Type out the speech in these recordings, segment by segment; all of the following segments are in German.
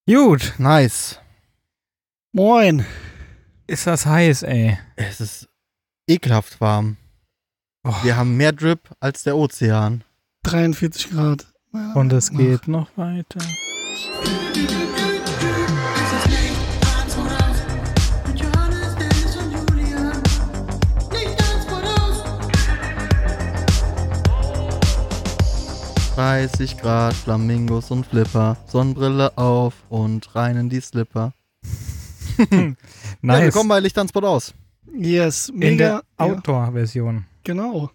Gut. Nice. Moin. Ist das heiß, ey. Es ist ekelhaft warm. Oh. Wir haben mehr Drip als der Ozean. 43 Grad. Ja, Und es geht noch weiter. ...30 Grad, Flamingos und Flipper, Sonnenbrille auf und rein in die Slipper. Nice. Ja, willkommen bei Licht an Spot aus. Yes, mega. In der Outdoor-Version. Ja, genau.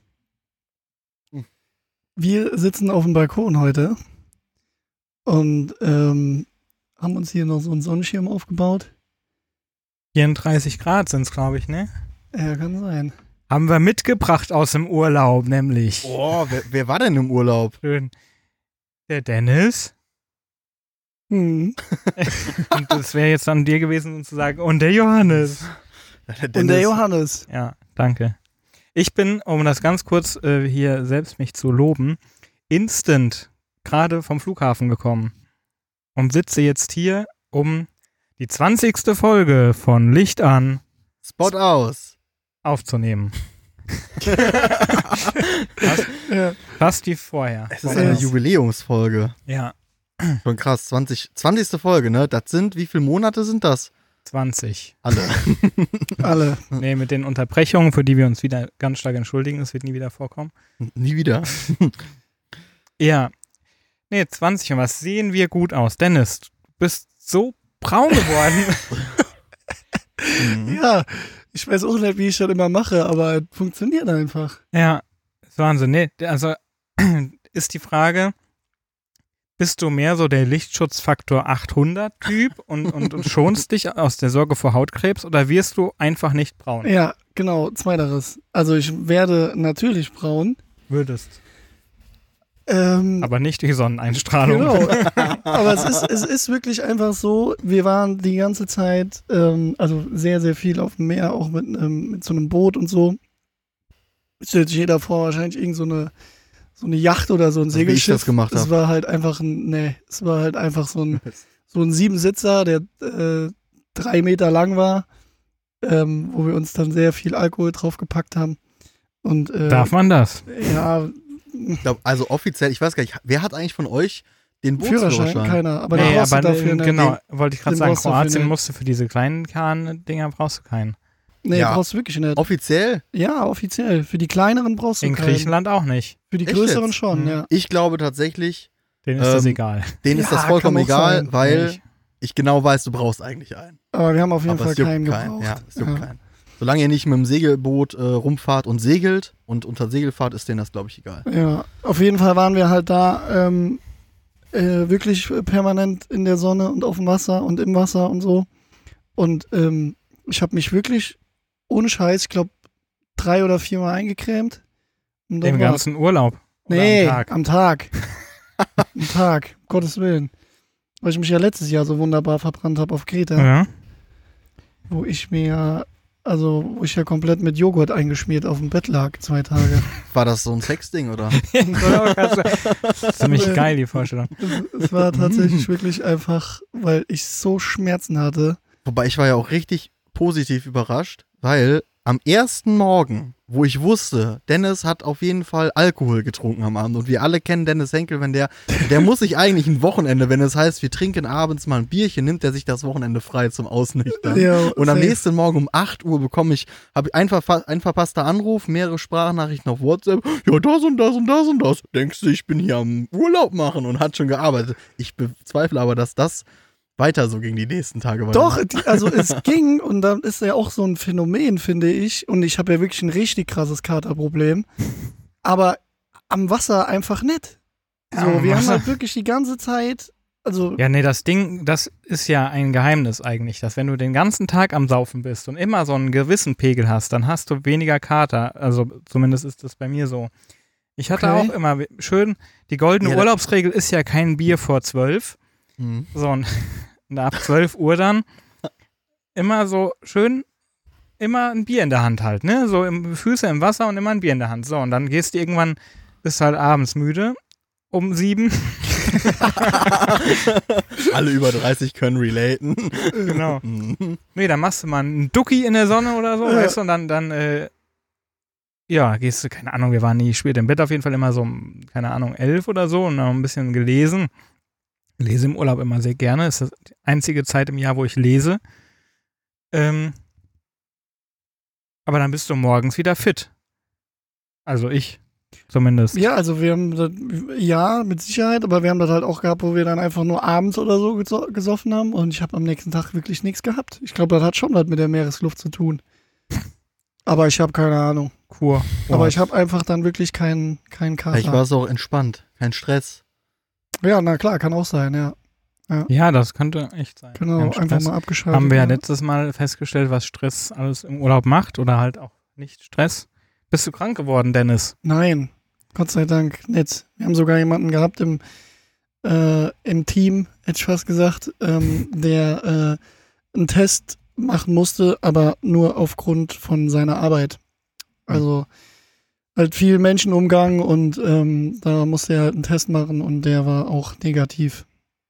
Wir sitzen auf dem Balkon heute und haben uns hier noch so einen Sonnenschirm aufgebaut. 34 Grad sind es, glaube ich, ne? Ja, kann sein. Haben wir mitgebracht aus dem Urlaub, nämlich. Oh, wer war denn im Urlaub? Schön. Der Dennis. Hm. Und das wäre jetzt an dir gewesen, um zu sagen, und der Johannes. Und der Johannes. Ja, danke. Ich bin, um das ganz kurz hier selbst mich zu loben, instant gerade vom Flughafen gekommen und sitze jetzt hier, um die 20. Folge von Licht an Spot aus. aufzunehmen. Ja. Fast wie vorher. Es ist eine Jubiläumsfolge. Ja, Schon krass. 20. Folge, ne? Das sind, wie viele Monate sind das? 20. Alle. Alle. Nee, mit den Unterbrechungen, für die wir uns wieder ganz stark entschuldigen, es wird nie wieder vorkommen. Nie wieder. Ja. Nee, 20 und was sehen wir gut aus. Dennis, du bist so braun geworden. Ja, ich weiß auch nicht, wie ich das immer mache, aber es funktioniert einfach. Ja, ist Wahnsinn. Nee, also ist die Frage, bist du mehr so der Lichtschutzfaktor 800-Typ und schonst dich aus der Sorge vor Hautkrebs oder wirst du einfach nicht braun? Ja, genau, zweiteres. Also ich werde natürlich braun. Würdest. Aber nicht die Sonneneinstrahlung. Genau. Aber es ist wirklich einfach so, wir waren die ganze Zeit, also sehr, sehr viel auf dem Meer, auch mit so einem Boot und so. Stellt sich jeder vor, wahrscheinlich irgend so eine Yacht oder so ein Also wie ich Segelschiff. das gemacht Es habe. war halt einfach so ein Siebensitzer, der 3 Meter lang war, wo wir uns dann sehr viel Alkohol drauf gepackt haben. Und, Darf man das? ja, Ich glaube, also offiziell, ich weiß gar nicht, wer hat eigentlich von euch den Führerschein, Bootsführerschein? keiner. Aber Nee, den brauchst du dafür, ne? genau, wollte ich gerade den sagen, brauchst du dafür Kroatien nicht. musst du für diese kleinen Kahn-Dinger brauchst du keinen. Nee, Ja. brauchst du wirklich nicht. Offiziell? Ja, offiziell. Für die kleineren brauchst du In keinen. Griechenland auch nicht. Für die Echt größeren jetzt? schon, Mhm. ja. Ich glaube tatsächlich, Denen ist das egal. denen ist Ja, das vollkommen kann auch egal, sein. weil Nicht. ich genau weiß, du brauchst eigentlich einen. Aber wir haben auf jeden Aber Fall es juckt keinen keinen. gebraucht. Ja, es juckt keinen. Solange ihr nicht mit dem Segelboot rumfahrt und segelt und unter Segelfahrt, ist denen das, glaube ich, egal. Ja, auf jeden Fall waren wir halt da wirklich permanent in der Sonne und auf dem Wasser und im Wasser und so. Und ich habe mich wirklich, ohne Scheiß, ich glaube, 3 oder 4 Mal eingecremt. Und dann Im war's. ganzen Urlaub. Oder Nee, am Tag. am Tag. Am Tag, um Gottes Willen. Weil ich mich ja letztes Jahr so wunderbar verbrannt habe auf Kreta, Ja. wo ich ja komplett mit Joghurt eingeschmiert auf dem Bett lag, 2 Tage. War das so ein Sexding, oder? Ziemlich geil, die Vorstellung. Es war tatsächlich wirklich einfach, weil ich so Schmerzen hatte. Wobei ich war ja auch richtig positiv überrascht, weil am ersten Morgen, wo ich wusste, Dennis hat auf jeden Fall Alkohol getrunken am Abend und wir alle kennen Dennis Henkel, wenn der muss sich eigentlich ein Wochenende, wenn es heißt, wir trinken abends mal ein Bierchen, nimmt er sich das Wochenende frei zum Ausnüchtern. Ja, Und am safe. nächsten Morgen um 8 Uhr habe ich einen verpasster Anruf, mehrere Sprachnachrichten auf WhatsApp. Ja, das und das und das und das. Denkst du, ich bin hier am Urlaub machen und hat schon gearbeitet. Ich bezweifle aber, dass das weiter so ging die nächsten Tage. Doch, also es ging und dann ist ja auch so ein Phänomen, finde ich. Und ich habe ja wirklich ein richtig krasses Katerproblem. Aber am Wasser einfach nicht. So, Am wir haben Wasser. halt wirklich die ganze Zeit, also Ja, nee, das ist ja ein Geheimnis eigentlich, dass wenn du den ganzen Tag am Saufen bist und immer so einen gewissen Pegel hast, dann hast du weniger Kater. Also zumindest ist das bei mir so. Ich hatte Okay. auch immer schön, die goldene Ja, Urlaubsregel ist ja kein Bier vor 12. Mhm. So, und ab 12 Uhr dann immer so schön, immer ein Bier in der Hand halt, ne? So Füße im Wasser und immer ein Bier in der Hand. So, und dann gehst du irgendwann, bist halt abends müde um 7 Alle über 30 können relaten. Genau. Nee, dann machst du mal einen Ducki in der Sonne oder so, weißt du, und dann ja, gehst du, keine Ahnung, wir waren nie spät im Bett, auf jeden Fall immer so, keine Ahnung, 11 oder so und dann ein bisschen gelesen. Lese im Urlaub immer sehr gerne, ist das die einzige Zeit im Jahr, wo ich lese. Aber dann bist du morgens wieder fit. Also ich zumindest. Ja, also wir haben das, ja, mit Sicherheit, aber wir haben das halt auch gehabt, wo wir dann einfach nur abends oder so gesoffen haben und ich habe am nächsten Tag wirklich nichts gehabt. Ich glaube, das hat schon was mit der Meeresluft zu tun. Aber ich habe keine Ahnung. Kur. Aber ich habe einfach dann wirklich keinen Kater. Vielleicht war es auch entspannt, kein Stress. Ja, na klar, kann auch sein, ja. Ja, das könnte echt sein. Genau, Kein einfach Stress. mal abgeschaltet. Haben wir ja ja. letztes Mal festgestellt, was Stress alles im Urlaub macht oder halt auch nicht Stress. Bist du krank geworden, Dennis? Nein, Gott sei Dank nicht. Wir haben sogar jemanden gehabt im Team, hätte ich fast gesagt, der einen Test machen musste, aber nur aufgrund von seiner Arbeit. Also halt viel Menschenumgang und da musste er halt einen Test machen und der war auch negativ.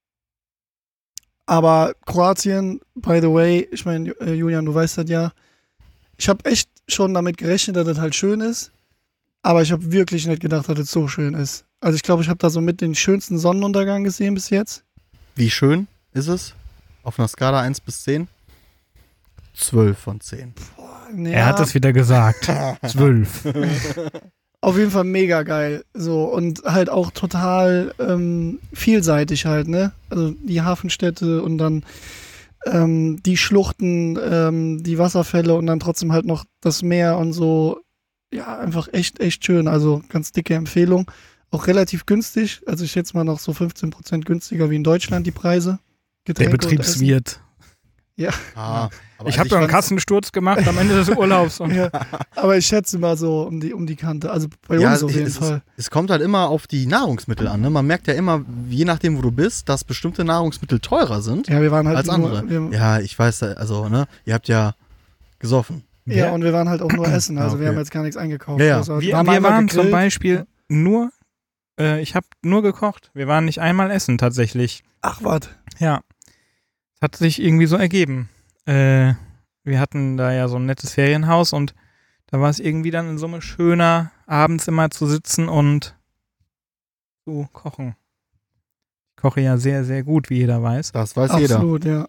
Aber Kroatien, by the way, ich meine, Julian, du weißt das ja, ich habe echt schon damit gerechnet, dass das halt schön ist, aber ich habe wirklich nicht gedacht, dass das so schön ist. Also ich glaube, ich habe da so mit den schönsten Sonnenuntergang gesehen bis jetzt. Wie schön ist es? Auf einer Skala 1 bis 10? 12 von 10. Ja, Er hat es wieder gesagt. 12. auf jeden Fall mega geil. So, und halt auch total vielseitig halt, ne? Also die Hafenstädte und dann die Schluchten, die Wasserfälle und dann trotzdem halt noch das Meer und so. Ja, einfach echt, echt schön. Also ganz dicke Empfehlung. Auch relativ günstig. Also ich schätze mal noch so 15% günstiger wie in Deutschland die Preise. Der Getränke und Betriebswirt. Aber Ich habe doch einen Kassensturz gemacht am Ende des Urlaubs. Und Essen. Ja, aber ich schätze mal so um die Kante. Also bei uns auf jeden Fall. Es kommt halt immer auf die Nahrungsmittel an. Ne? Man merkt ja immer, je nachdem, wo du bist, dass bestimmte Nahrungsmittel teurer sind Ja, wir waren halt als andere. Ja, ich weiß, also, ne, ihr habt ja gesoffen. Ja, und wir waren halt auch nur essen. Also Okay. wir haben jetzt gar nichts eingekauft. Ja, ja. Also, wir einmal waren zum gegrillt. Beispiel nur, ich habe nur gekocht. Wir waren nicht einmal essen tatsächlich. Ach, was? Ja. Es hat sich irgendwie so ergeben. Wir hatten da ja so ein nettes Ferienhaus und da war es irgendwie dann in Summe schöner, abends immer zu sitzen und zu kochen. Ich koche ja sehr, sehr gut, wie jeder weiß. Das weiß jeder. Absolut, ja.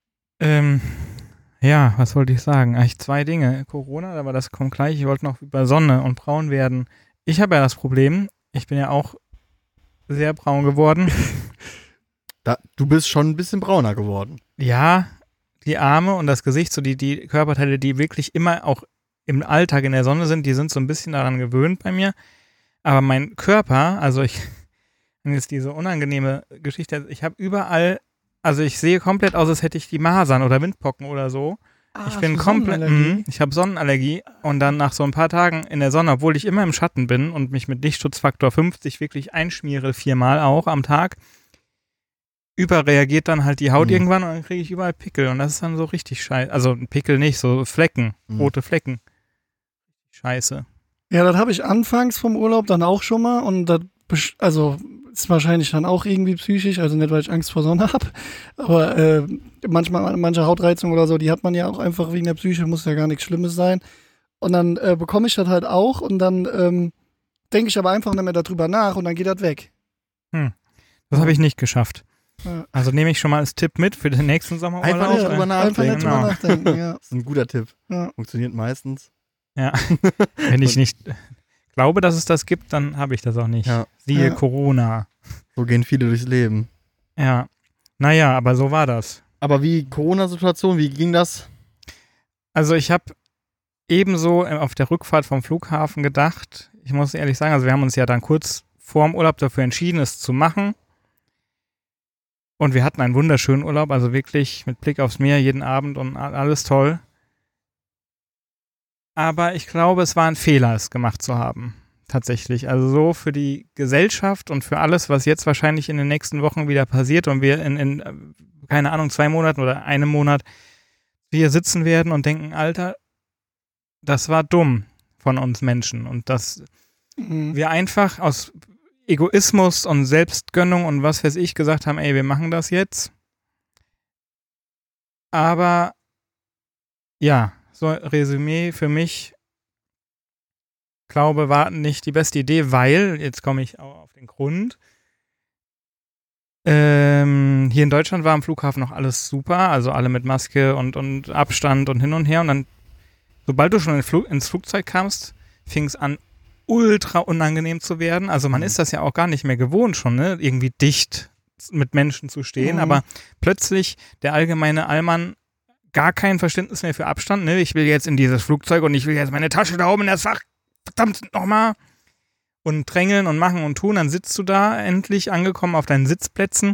Ja, was wollte ich sagen? Eigentlich 2 Dinge. Corona, aber das kommt gleich. Ich wollte noch über Sonne und braun werden. Ich habe ja das Problem, ich bin ja auch sehr braun geworden. Du bist schon ein bisschen brauner geworden. Ja, die Arme und das Gesicht, so die Körperteile, die wirklich immer auch im Alltag in der Sonne sind, die sind so ein bisschen daran gewöhnt bei mir. Aber mein Körper, also jetzt diese unangenehme Geschichte, ich habe überall, also ich sehe komplett aus, als hätte ich die Masern oder Windpocken oder so. Ich bin komplett, ich habe Sonnenallergie und dann nach so ein paar Tagen in der Sonne, obwohl ich immer im Schatten bin und mich mit Lichtschutzfaktor 50 wirklich einschmiere, 4-mal auch am Tag, überreagiert dann halt die Haut irgendwann und dann kriege ich überall Pickel und das ist dann so richtig scheiße. Also Pickel nicht, so Flecken, rote Flecken. Scheiße. Ja, das habe ich anfangs vom Urlaub dann auch schon mal und das, also ist wahrscheinlich dann auch irgendwie psychisch, also nicht, weil ich Angst vor Sonne habe, aber manche Hautreizung oder so, die hat man ja auch einfach wegen der Psyche, muss ja gar nichts Schlimmes sein. Und dann bekomme ich das halt auch und dann denke ich aber einfach nicht mehr darüber nach und dann geht das weg. Das habe ich nicht geschafft. Ja. Also nehme ich schon mal als Tipp mit für den nächsten Sommerurlaub. Einfach nicht drüber Einfach nicht drüber Genau. nachdenken, ja. Das ist ein guter Tipp. Ja. Funktioniert meistens. Ja. Wenn ich nicht glaube, dass es das gibt, dann habe ich das auch nicht. Ja. Siehe Ja. Corona. So gehen viele durchs Leben. Ja. Naja, aber so war das. Aber wie Corona-Situation, wie ging das? Also ich habe ebenso auf der Rückfahrt vom Flughafen gedacht, ich muss ehrlich sagen, also wir haben uns ja dann kurz vor dem Urlaub dafür entschieden, es zu machen. Und wir hatten einen wunderschönen Urlaub, also wirklich mit Blick aufs Meer jeden Abend und alles toll. Aber ich glaube, es war ein Fehler, es gemacht zu haben. Tatsächlich. Also so für die Gesellschaft und für alles, was jetzt wahrscheinlich in den nächsten Wochen wieder passiert und wir in keine Ahnung, 2 Monaten oder 1 Monat hier sitzen werden und denken, Alter, das war dumm von uns Menschen. Und dass wir einfach aus Egoismus und Selbstgönnung und was weiß ich gesagt haben, ey, wir machen das jetzt. Aber ja, so Resümee für mich, glaube, war nicht die beste Idee, weil, jetzt komme ich auch auf den Grund, hier in Deutschland war am Flughafen noch alles super, also alle mit Maske und Abstand und hin und her und dann, sobald du schon ins Flugzeug kamst, fing es an, ultra unangenehm zu werden. Also man ist das ja auch gar nicht mehr gewohnt schon, ne? Irgendwie dicht mit Menschen zu stehen, aber plötzlich der allgemeine Allmann gar kein Verständnis mehr für Abstand, ne? Ich will jetzt in dieses Flugzeug und ich will jetzt meine Tasche da oben in das Fach, verdammt nochmal, und drängeln und machen und tun, dann sitzt du da endlich angekommen auf deinen Sitzplätzen,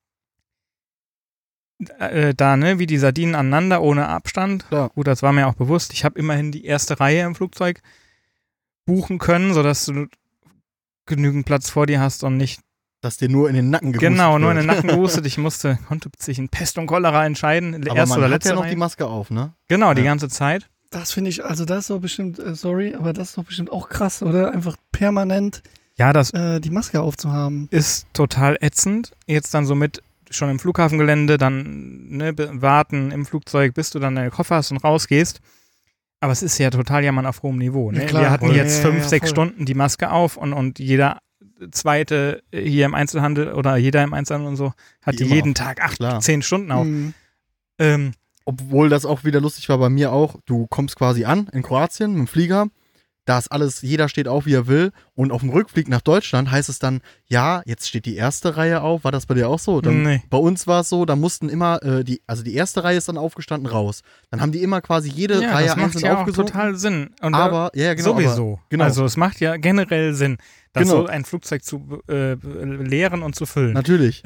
da, ne, wie die Sardinen aneinander, ohne Abstand. Ja. Gut, das war mir auch bewusst. Ich habe immerhin die erste Reihe im Flugzeug buchen können, sodass du genügend Platz vor dir hast und nicht Dass dir nur in den Nacken gehustet genau, nur in wird. den Nacken gehustet. Konnte sich in Pest und Cholera entscheiden. Aber Erste man oder hat letzte ja noch Reihe. die Maske auf, ne? Genau, die Ja. ganze Zeit. Das finde ich, also das ist doch bestimmt, sorry, aber das ist doch bestimmt auch krass, oder? Einfach permanent Ja, das die Maske aufzuhaben. ist total ätzend. Jetzt dann so mit schon im Flughafengelände, dann ne, warten im Flugzeug, bis du dann deine Koffer hast und rausgehst. Aber es ist ja total jammern auf hohem Niveau. Ne? Ja, klar, Wir hatten voll. jetzt Ja, 5, ja, 6 voll. Stunden die Maske auf und jeder Zweite hier im Einzelhandel oder jeder im Einzelhandel und so hat Die die immer jeden auf. Tag 8, Klar. 10 Stunden auf. Mhm. Obwohl das auch wieder lustig war bei mir auch. Du kommst quasi an in Kroatien mit dem Flieger. Da ist alles, jeder steht auf, wie er will. Und auf dem Rückflug nach Deutschland heißt es dann, ja, jetzt steht die erste Reihe auf. War das bei dir auch so? Dann, Nee. Bei uns war es so, da mussten immer, die erste Reihe ist dann aufgestanden raus. Dann haben die immer quasi jede Ja, Reihe das macht einzeln ja auch aufgesucht. total Sinn. Und Aber, ja, genau. sowieso. Aber, genau. Also es macht ja generell Sinn, das Genau. so ein Flugzeug zu leeren und zu füllen. Natürlich.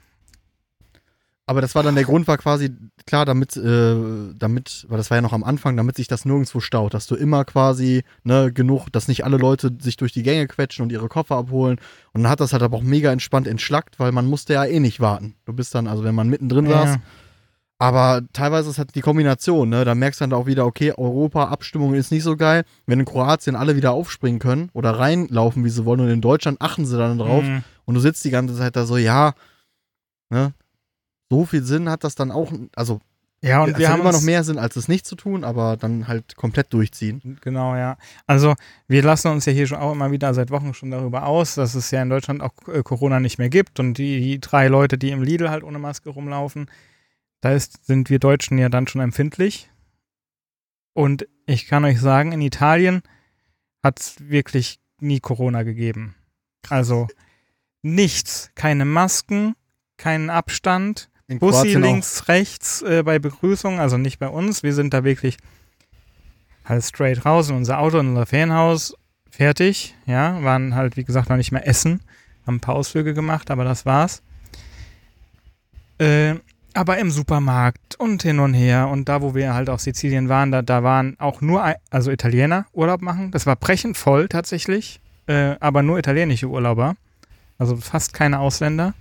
Aber das war dann der Grund, war quasi, klar, damit, weil das war ja noch am Anfang, damit sich das nirgendwo staut, dass du immer quasi, ne, genug, dass nicht alle Leute sich durch die Gänge quetschen und ihre Koffer abholen. Und dann hat das halt aber auch mega entspannt entschlackt, weil man musste ja eh nicht warten. Du bist dann, also wenn man mittendrin saß, aber teilweise ist halt die Kombination, ne, da merkst du dann auch wieder, okay, Europa, Abstimmung ist nicht so geil. Wenn in Kroatien alle wieder aufspringen können oder reinlaufen, wie sie wollen, und in Deutschland achten sie dann drauf und du sitzt die ganze Zeit da so, ja, ne, so viel Sinn hat das dann auch, also Ja, und es wir hat haben immer noch uns, mehr Sinn, als es nicht zu tun, aber dann halt komplett durchziehen. genau, ja. Also wir lassen uns ja hier schon auch immer wieder seit Wochen schon darüber aus, dass es ja in Deutschland auch Corona nicht mehr gibt und die 3 Leute, die im Lidl halt ohne Maske rumlaufen, sind wir Deutschen ja dann schon empfindlich. Und ich kann euch sagen, in Italien hat es wirklich nie Corona gegeben. Also nichts, keine Masken, keinen Abstand. In Bussi Kroatien links, rechts bei Begrüßung, also nicht bei uns. Wir sind da wirklich halt straight raus in unser Auto, in unser Ferienhaus, fertig. Ja, waren halt, wie gesagt, noch nicht mehr essen. Haben ein paar Ausflüge gemacht, aber das war's. Aber im Supermarkt und hin und her und da, wo wir halt auf Sizilien waren, da waren auch nur also Italiener Urlaub machen. Das war brechend voll tatsächlich, aber nur italienische Urlauber. Also fast keine Ausländer.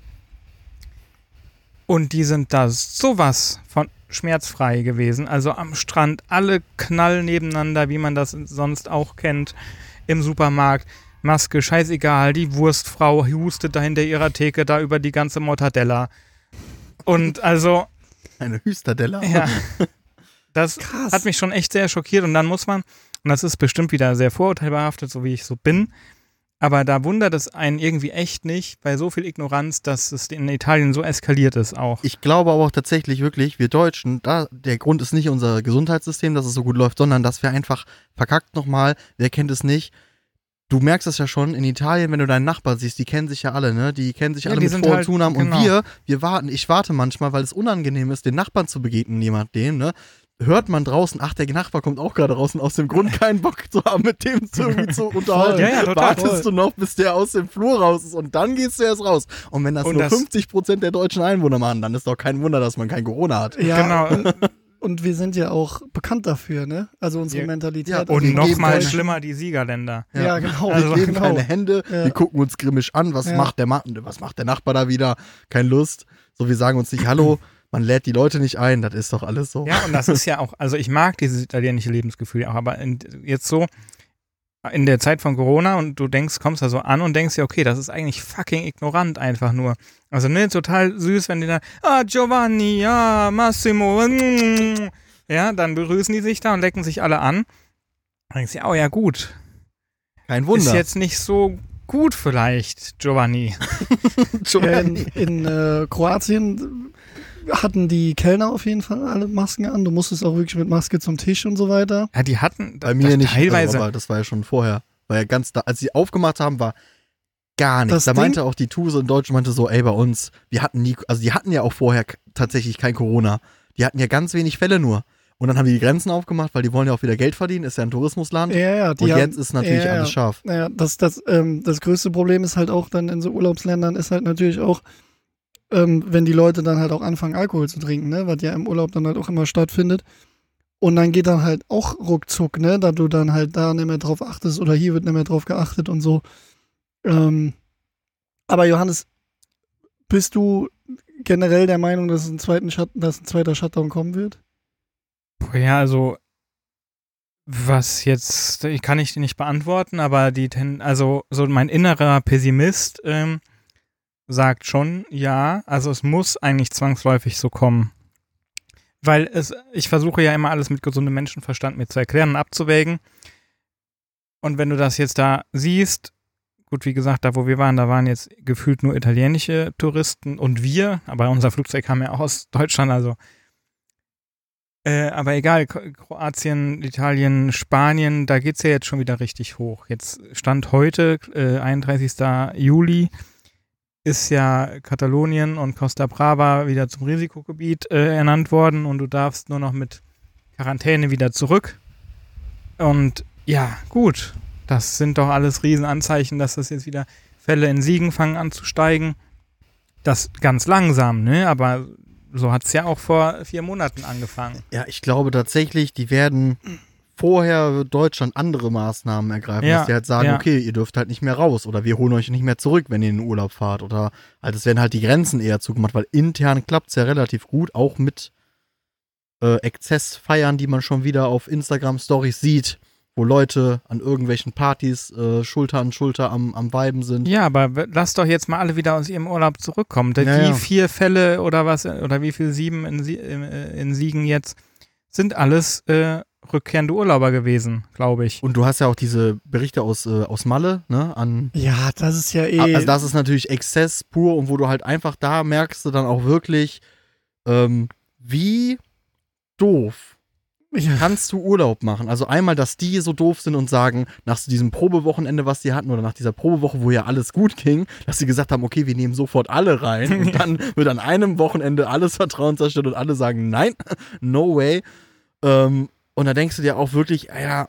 Und die sind da sowas von schmerzfrei gewesen. Also am Strand alle Knall nebeneinander, wie man das sonst auch kennt. Im Supermarkt, Maske, scheißegal. Die Wurstfrau hustet da hinter ihrer Theke da über die ganze Mortadella. Und also, eine Hüsterdella. ja, das Krass. hat mich schon echt sehr schockiert. Und dann muss man, und das ist bestimmt wieder sehr vorurteilbehaftet, so wie ich so bin, aber da wundert es einen irgendwie echt nicht, bei so viel Ignoranz, dass es in Italien so eskaliert ist auch. Ich glaube aber auch tatsächlich wirklich, wir Deutschen, der Grund ist nicht unser Gesundheitssystem, dass es so gut läuft, sondern dass wir einfach verkackt nochmal, wer kennt es nicht. Du merkst es ja schon in Italien, wenn du deinen Nachbarn siehst, die kennen sich ja alle, ne? Die kennen sich Ja, alle die mit sind Vor- und halt- Zunamen. Und genau. wir warten, ich warte manchmal, weil es unangenehm ist, den Nachbarn zu begegnen, jemandem, ne? Hört man draußen, ach, der Nachbar kommt auch gerade raus und aus dem Grund keinen Bock zu haben, mit dem irgendwie zu unterhalten. Ja, ja, total. Wartest du noch, bis der aus dem Flur raus ist und dann gehst du erst raus. Und wenn das Und nur das- 50% der deutschen Einwohner machen, dann ist doch kein Wunder, dass man kein Corona hat. Ja, Genau. und wir sind ja auch bekannt dafür, ne? Also unsere Ja. Mentalität. Ja, also Und wir noch geben mal keine- schlimmer die Siegerländer. Ja, genau. Also- Wir geben genau. keine Hände, Ja. wir gucken uns grimmig an, was Ja. macht der Nachbar da wieder, keine Lust. So, wir sagen uns nicht Hallo, man lädt die Leute nicht ein, das ist doch alles so. Ja, und das ist ja auch, also ich mag dieses italienische Lebensgefühl auch, aber jetzt so, in der Zeit von Corona und du kommst da so an und denkst dir, okay, das ist eigentlich fucking ignorant einfach nur. Also, ne, total süß, wenn die da, Giovanni, Massimo, ja, dann begrüßen die sich da und lecken sich alle an. Dann denkst du, oh ja, gut. Kein Wunder. Ist jetzt nicht so gut vielleicht, Giovanni. In Kroatien hatten die Kellner auf jeden Fall alle Masken an. Du musstest auch wirklich mit Maske zum Tisch und so weiter. Ja, die hatten Bei mir nicht, teilweise. aber das war ja schon vorher. War ja ganz da, als sie aufgemacht haben, war gar nichts. Da meinte auch die Tuse in Deutschland, meinte so, ey, bei uns, wir hatten nie, also die hatten ja auch vorher tatsächlich kein Corona. Die hatten ja ganz wenig Fälle nur. Und dann haben die Grenzen aufgemacht, weil die wollen ja auch wieder Geld verdienen, ist ja ein Tourismusland. Ja, und jetzt ist natürlich alles scharf. Ja, das größte Problem ist halt auch dann in so Urlaubsländern ist halt natürlich auch, wenn die Leute dann halt auch anfangen, Alkohol zu trinken, ne, was ja im Urlaub dann halt auch immer stattfindet. Und dann geht dann halt auch ruckzuck, ne, da du dann halt da nicht mehr drauf achtest oder hier wird nicht mehr drauf geachtet und so. Aber Johannes, bist du generell der Meinung, dass ein zweiter Shutdown kommen wird? Ja, also was jetzt, kann ich dir nicht beantworten, aber also so mein innerer Pessimist sagt schon, ja, also es muss eigentlich zwangsläufig so kommen. Weil ich versuche ja immer alles mit gesundem Menschenverstand mir zu erklären und abzuwägen. Und wenn du das jetzt da siehst, gut, wie gesagt, da wo wir waren, da waren jetzt gefühlt nur italienische Touristen und wir, aber unser Flugzeug kam ja auch aus Deutschland, also aber egal, Kroatien, Italien, Spanien, da geht's ja jetzt schon wieder richtig hoch. Jetzt Stand heute, 31. Juli, ist ja Katalonien und Costa Brava wieder zum Risikogebiet ernannt worden und du darfst nur noch mit Quarantäne wieder zurück. Und ja, gut, das sind doch alles Riesenanzeichen, dass das jetzt wieder Fälle in Siegen fangen an zu steigen. Das ganz langsam, ne, aber so hat es ja auch vor 4 Monaten angefangen. Ja, ich glaube tatsächlich, die werden vorher Deutschland andere Maßnahmen ergreifen, dass die halt sagen, okay, ihr dürft halt nicht mehr raus oder wir holen euch nicht mehr zurück, wenn ihr in den Urlaub fahrt oder halt, es werden halt die Grenzen eher zugemacht, weil intern klappt es ja relativ gut, auch mit Exzessfeiern, die man schon wieder auf Instagram-Stories sieht, wo Leute an irgendwelchen Partys Schulter an Schulter am Viben sind. Ja, aber lass doch jetzt mal alle wieder aus ihrem Urlaub zurückkommen. Die 4 Fälle oder was, oder wie viel 7 in Siegen jetzt, sind alles rückkehrende Urlauber gewesen, glaube ich. Und du hast ja auch diese Berichte aus Malle, ne? Ja, das ist ja Also das ist natürlich Exzess pur und wo du halt einfach da merkst du dann auch wirklich, wie doof kannst du Urlaub machen. Also einmal, dass die so doof sind und sagen, nach diesem Probewochenende, was die hatten, oder nach dieser Probewoche, wo ja alles gut ging, dass sie gesagt haben, okay, wir nehmen sofort alle rein und dann wird an einem Wochenende alles Vertrauen zerstört und alle sagen, nein, no way. Und da denkst du dir auch wirklich, ja,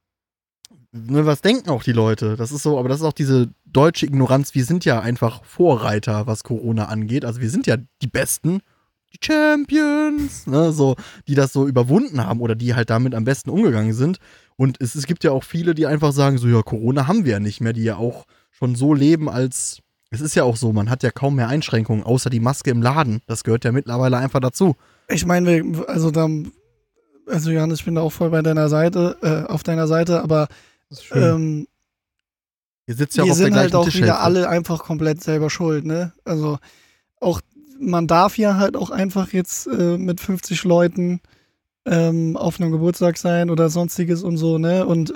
ne, was denken auch die Leute? Das ist so, aber das ist auch diese deutsche Ignoranz. Wir sind ja einfach Vorreiter, was Corona angeht. Also wir sind ja die Besten. Die Champions, ne, so, die das so überwunden haben oder die halt damit am besten umgegangen sind. Und es gibt ja auch viele, die einfach sagen, so, ja, Corona haben wir ja nicht mehr, die ja auch schon so leben als, es ist ja auch so, man hat ja kaum mehr Einschränkungen, außer die Maske im Laden. Das gehört ja mittlerweile einfach dazu. Ich meine, also Johannes, ich bin da auch voll bei deiner Seite, auf deiner Seite, aber ihr sitzt ja auch wir auf der sind halt auch Tischhälfte. wieder alle einfach komplett selber schuld, ne? Also auch man darf ja halt auch einfach jetzt mit 50 Leuten auf einem Geburtstag sein oder sonstiges und so, ne? Und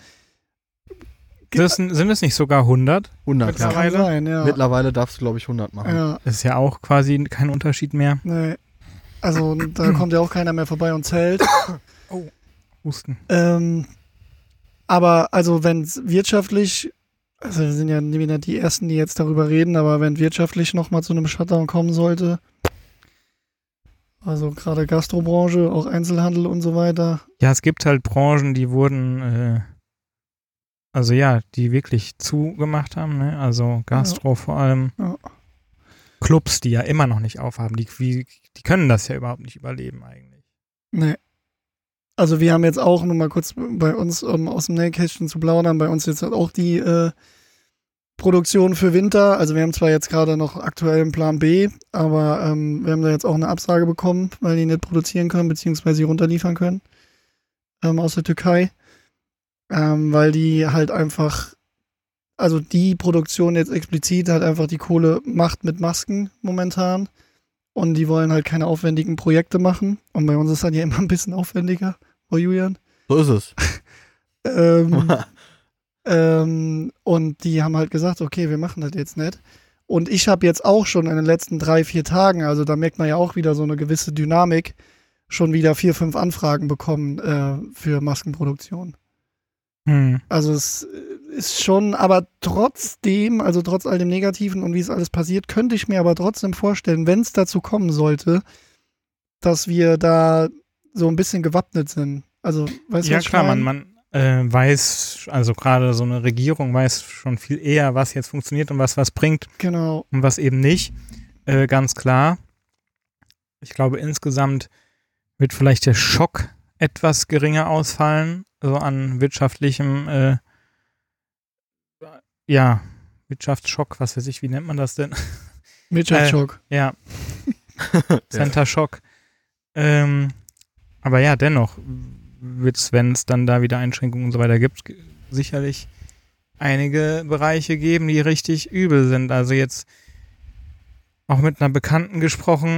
sind es nicht sogar 100? 100, ja. kann sein, ja. Mittlerweile darfst du, glaube ich, 100 machen. Ja, Das ist ja auch quasi kein Unterschied mehr. nee. Also da kommt ja auch keiner mehr vorbei und zählt. Oh, Husten. Aber also wenn es wirtschaftlich, also wir sind ja nicht die Ersten, die jetzt darüber reden, aber wenn wirtschaftlich nochmal zu einem Shutdown kommen sollte, also gerade Gastrobranche, auch Einzelhandel und so weiter. Ja, es gibt halt Branchen, die wurden, die wirklich zugemacht haben, ne? Also Gastro vor allem. Ja. Clubs, die ja immer noch nicht aufhaben, die können das ja überhaupt nicht überleben eigentlich. Nee. Also wir haben jetzt auch, nur mal kurz bei uns aus dem Nähkästchen zu plaudern, bei uns jetzt halt auch die Produktion für Winter. Also wir haben zwar jetzt gerade noch aktuell einen Plan B, aber wir haben da jetzt auch eine Absage bekommen, weil die nicht produzieren können, beziehungsweise sie runterliefern können aus der Türkei. weil die halt einfach, also die Produktion jetzt explizit halt einfach die Kohle macht mit Masken momentan und die wollen halt keine aufwendigen Projekte machen und bei uns ist dann ja immer ein bisschen aufwendiger, oh Julian. So ist es. Und die haben halt gesagt, okay, wir machen das jetzt nicht. Und ich habe jetzt auch schon in den letzten 3-4 Tagen, also da merkt man ja auch wieder so eine gewisse Dynamik, schon wieder 4-5 Anfragen bekommen für Maskenproduktion. Also es ist schon, aber trotzdem, also trotz all dem Negativen und wie es alles passiert, könnte ich mir aber trotzdem vorstellen, wenn es dazu kommen sollte, dass wir da so ein bisschen gewappnet sind. Also, weißt du, Ja was ich klar, meine? man weiß, also gerade so eine Regierung weiß schon viel eher, was jetzt funktioniert und was bringt Genau. und was eben nicht. Ganz klar. Ich glaube, insgesamt wird vielleicht der Schock etwas geringer ausfallen, so an wirtschaftlichem, Wirtschaftsschock, was weiß ich, wie nennt man das denn? Wirtschaftsschock. Ja. Center Shock. Aber ja, dennoch wird es, wenn es dann da wieder Einschränkungen und so weiter gibt, sicherlich einige Bereiche geben, die richtig übel sind. Also jetzt auch mit einer Bekannten gesprochen,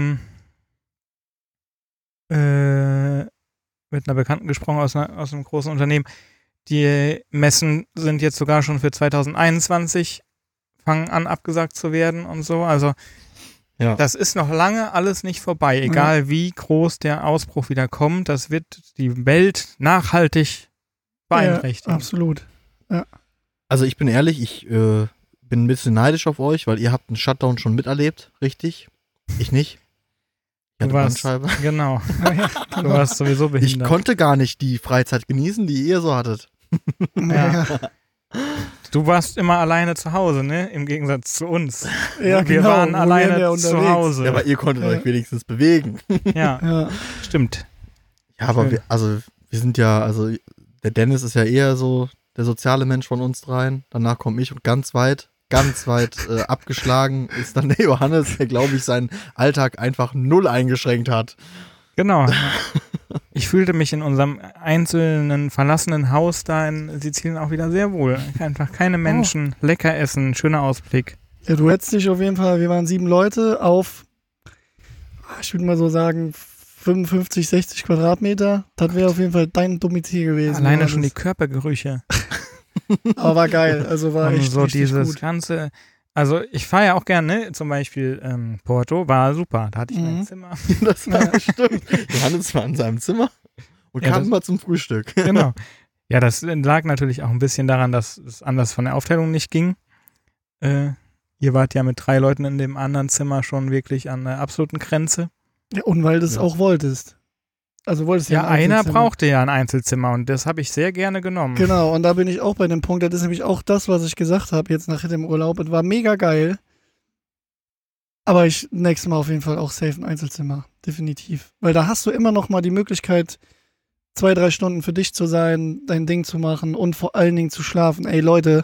aus einem großen Unternehmen. Die Messen sind jetzt sogar schon für 2021, fangen an abgesagt zu werden und so. Also Ja. das ist noch lange alles nicht vorbei. Egal wie groß der Ausbruch wieder kommt, das wird die Welt nachhaltig beeinträchtigen. Ja, absolut. Also ich bin ehrlich, ich bin ein bisschen neidisch auf euch, weil ihr habt einen Shutdown schon miterlebt, richtig? Ich nicht. Ich hatte Du warst, Bandscheibe. genau. Du warst sowieso Ich behindert. konnte gar nicht die Freizeit genießen, die ihr so hattet. Ja, Du warst immer alleine zu Hause, ne? Im Gegensatz zu uns. ja Wir genau. waren Wo alleine wären wir zu unterwegs? Hause. Ja, aber ihr konntet euch wenigstens bewegen. Ja, Ja. stimmt. Ja, aber Schön. wir sind ja, also der Dennis ist ja eher so der soziale Mensch von uns dreien. Danach komme ich und ganz weit abgeschlagen ist dann der Johannes, der, glaube ich, seinen Alltag einfach null eingeschränkt hat. Genau. Ich fühlte mich in unserem einzelnen verlassenen Haus da in Sizilien auch wieder sehr wohl. Einfach keine Menschen, lecker essen, schöner Ausblick. Ja, du hättest dich auf jeden Fall, wir waren 7 Leute auf, ich würde mal so sagen, 55, 60 Quadratmeter. Das wäre auf jeden Fall dein Domizil gewesen. Alleine Johannes. schon die Körpergerüche. Aber war geil, also war Und echt so richtig dieses gut. ganze, also ich fahre ja auch gerne, ne? Zum Beispiel Porto war super. Da hatte ich mein Zimmer. Das war stimmt. Johannes war in seinem Zimmer und Ja, kam das- immer zum Frühstück. Genau. Ja, das lag natürlich auch ein bisschen daran, dass es anders von der Aufteilung nicht ging. Ihr wart ja mit 3 Leuten in dem anderen Zimmer schon wirklich an der absoluten Grenze. Ja, und weil du es Ja. auch wolltest. Also wolltest du Ja, ein einer Einzelzimmer. brauchte ja ein Einzelzimmer und das habe ich sehr gerne genommen. Genau, und da bin ich auch bei dem Punkt, das ist nämlich auch das, was ich gesagt habe jetzt nach dem Urlaub. Es war mega geil. Aber nächstes Mal auf jeden Fall auch safe ein Einzelzimmer. Definitiv. Weil da hast du immer noch mal die Möglichkeit, 2-3 Stunden für dich zu sein, dein Ding zu machen und vor allen Dingen zu schlafen. Ey, Leute.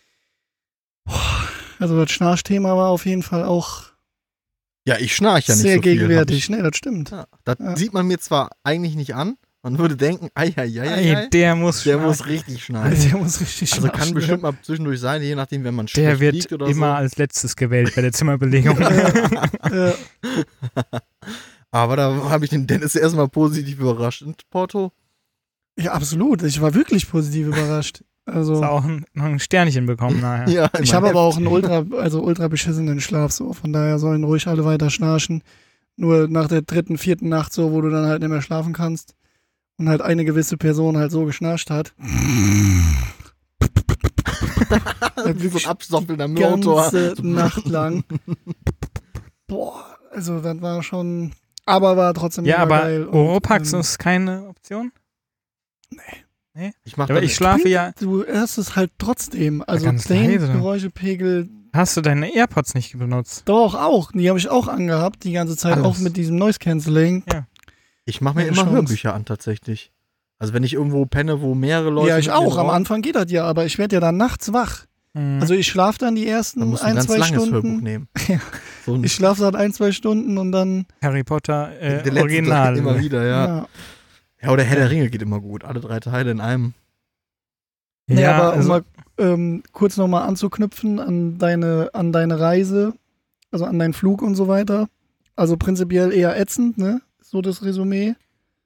Also das Schnarchthema war auf jeden Fall auch Ja, ich schnarch ja nicht sehr so viel. gegenwärtig. Nee, das stimmt. Ja, das Ja. sieht man mir zwar eigentlich nicht an. Man würde denken, Ey, der der muss muss richtig schnarchen. Also, der muss richtig Also kann schnarchen, bestimmt mal zwischendurch sein, je nachdem, wenn man Der schlecht wird liegt oder immer so. als letztes gewählt bei der Zimmerbelegung. Ja. Aber da habe ich den Dennis erstmal positiv überrascht. Und Porto? Ja, absolut. Ich war wirklich positiv überrascht. Also, Hast auch noch ein Sternchen bekommen nachher. Ja, ich habe aber auch einen ultra beschissenen Schlaf, so. Von daher sollen ruhig alle weiter schnarchen. Nur nach der 3., 4. Nacht so, wo du dann halt nicht mehr schlafen kannst und halt eine gewisse Person halt so geschnarcht hat. wie so ein absoppelnder Motor. Ganze Nacht lang. Boah, also das war schon, aber war trotzdem Ja, mega aber geil. Und, Oropax ist keine Option? Ich mach Aber dann, ich schlafe ja. Du hörst es halt trotzdem. Also ganz den leise. Geräuschepegel, Hast du deine AirPods nicht benutzt? doch auch. Die habe ich auch angehabt, die ganze Zeit, Alles. auch mit diesem Noise Cancelling. ich mach mir Keine immer Chance. Hörbücher an, tatsächlich. Also wenn ich irgendwo penne, wo mehrere Leute Ja, ich mit mir auch. Am rauchen, Anfang geht das ja, aber ich werde ja dann nachts wach. Mhm. Also ich schlafe dann die dann ersten musst du ein 1, ganz 2 langes Hörbuch Stunden. nehmen. Ja. So ein Ich schlafe dann 1, 2 Stunden und dann. Harry Potter der letzte Original. Tag immer wieder, ja. Ja. Ja, oder Herr der Ringe geht immer gut. Alle 3 Teile in einem. Nee, Ja, aber also, um mal kurz nochmal anzuknüpfen an deine Reise, also an deinen Flug und so weiter. Also prinzipiell eher ätzend, ne? So das Resümee.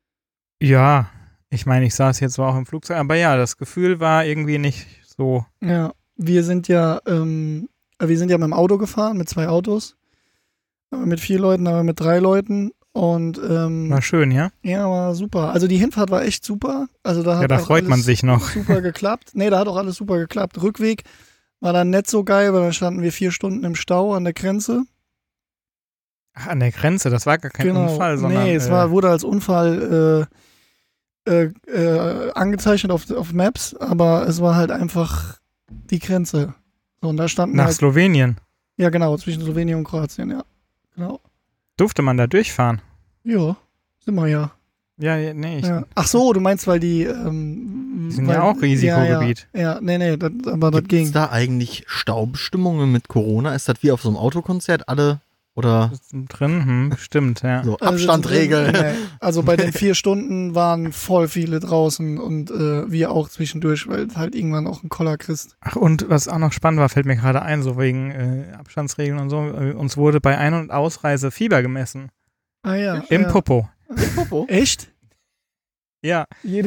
ja, ich meine, ich saß jetzt zwar auch im Flugzeug, aber ja, das Gefühl war irgendwie nicht so. Ja, wir sind ja mit dem Auto gefahren, mit 2 Autos. Aber mit 4 Leuten, aber mit 3 Leuten. Und War schön, ja? ja, war super. Also die Hinfahrt war echt super. Also da hat Ja, da auch freut man alles sich noch. super geklappt. Nee, da hat auch alles super geklappt. Rückweg war dann nicht so geil, weil dann standen wir 4 Stunden im Stau an der Grenze. Ach, an der Grenze, das war gar kein Unfall, sondern. Nee, es wurde als Unfall angezeichnet auf Maps, aber es war halt einfach die Grenze. So, und da standen nach halt, Slowenien. ja genau, zwischen Slowenien und Kroatien, ja. Genau. Durfte man da durchfahren? Ja, sind wir ja. Ja, nee, Ja. Ach so, du meinst, weil die sind ja auch Risikogebiet. Ja, nee, aber das Gibt ging. es da eigentlich Staubstimmungen mit Corona? Ist das wie auf so einem Autokonzert alle oder Drin, stimmt, ja. so Also Abstandregeln? Nee. Also bei den 4 Stunden waren voll viele draußen und wir auch zwischendurch, weil du halt irgendwann auch einen Koller kriegst. Ach, und was auch noch spannend war, fällt mir gerade ein, so wegen Abstandsregeln und so, uns wurde bei Ein- und Ausreise Fieber gemessen. Ah ja. Im ja. Popo. Popo? Echt? Ja,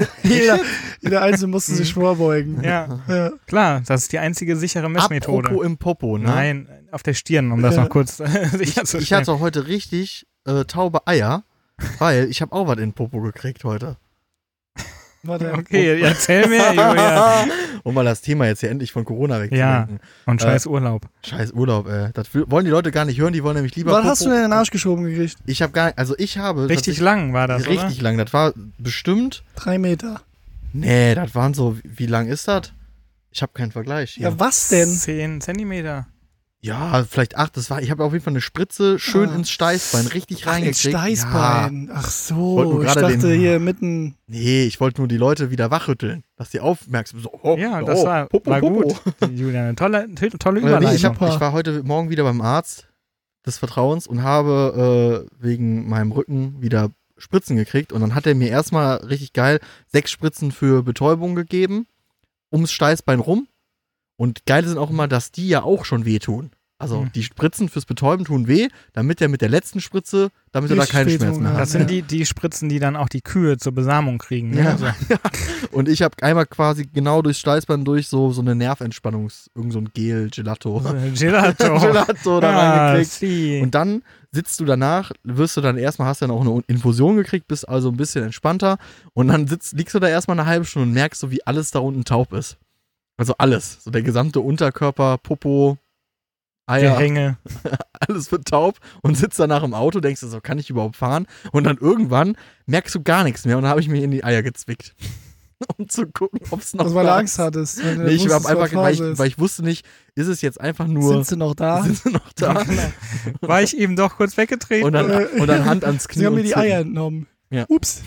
Jeder Einzelne musste sich vorbeugen. ja, Ja. klar, das ist die einzige sichere Messmethode. Apropos im Popo, ne? Nein, auf der Stirn, um das Ja. noch kurz Ich sicherzustellen. hatte heute richtig taube Eier, weil ich habe auch was in den Popo gekriegt heute. Warte. Okay, erzähl mir, Julia. Um mal das Thema jetzt hier endlich von Corona wegzulenken. Und scheiß Urlaub. Scheiß Urlaub, ey. Wollen die Leute gar nicht hören, die wollen nämlich lieber Was Popo. hast du denn in den Arsch geschoben gekriegt? Ich habe gar nicht, also ich habe Richtig tatsächlich- lang war das, richtig lang. Das war bestimmt, 3 Meter. nee, das waren so, wie lang ist das? Ich habe keinen Vergleich. Ja, Hier. was oder? denn? 10 Zentimeter. Ja, vielleicht 8. Ich habe auf jeden Fall eine Spritze schön Ah. ins Steißbein richtig Ach, ins reingekriegt. Steißbein. Ach Wollte so, nur ich gerade dachte den- hier mitten. Nee, ich wollte nur die Leute wieder wachrütteln, dass die aufmerksam so. Oh, Ja, oh, das war Popo. gut. Julia, eine tolle Nee, Überleitung. ich war heute Morgen wieder beim Arzt des Vertrauens und habe wegen meinem Rücken wieder Spritzen gekriegt. Und dann hat er mir erstmal richtig geil 6 Spritzen für Betäubung gegeben, ums Steißbein rum. Und geil sind auch immer, dass die ja auch schon wehtun. Also die Spritzen fürs Betäuben tun weh, damit er mit der letzten Spritze, damit er da Richtig keine wehtun, Schmerzen mehr ja. hat. Das sind die Spritzen, die dann auch die Kühe zur Besamung kriegen. Ne? Ja. Also, Und ich habe einmal quasi genau durchs Steißbein durch so eine Nervenentspannungs-, irgend so ein Gelato Gelato. Gelato da Ah, reingekriegt. sie. Und dann sitzt du danach, wirst du dann erstmal, hast dann auch eine Infusion gekriegt, bist also ein bisschen entspannter. Und dann liegst du da erstmal eine halbe Stunde und merkst so, wie alles da unten taub ist. Also alles. So der gesamte Unterkörper, Popo, Eier, Gehänge. alles wird taub und sitzt danach im Auto, denkst du so, kann ich überhaupt fahren? Und dann irgendwann merkst du gar nichts mehr und dann habe ich mir in die Eier gezwickt. Um zu gucken, ob es noch Das weil da du ist. Angst hattest. Weil du Nee, ich wusstest, habe einfach, was weil Phase ich, ist. weil ich wusste nicht, ist es jetzt einfach nur, Sind sie noch da? sind sie noch da? War ich eben doch kurz weggetreten? Und dann Hand ans Knie. Sie haben mir und die zwicken. Eier entnommen. Ja. Ups.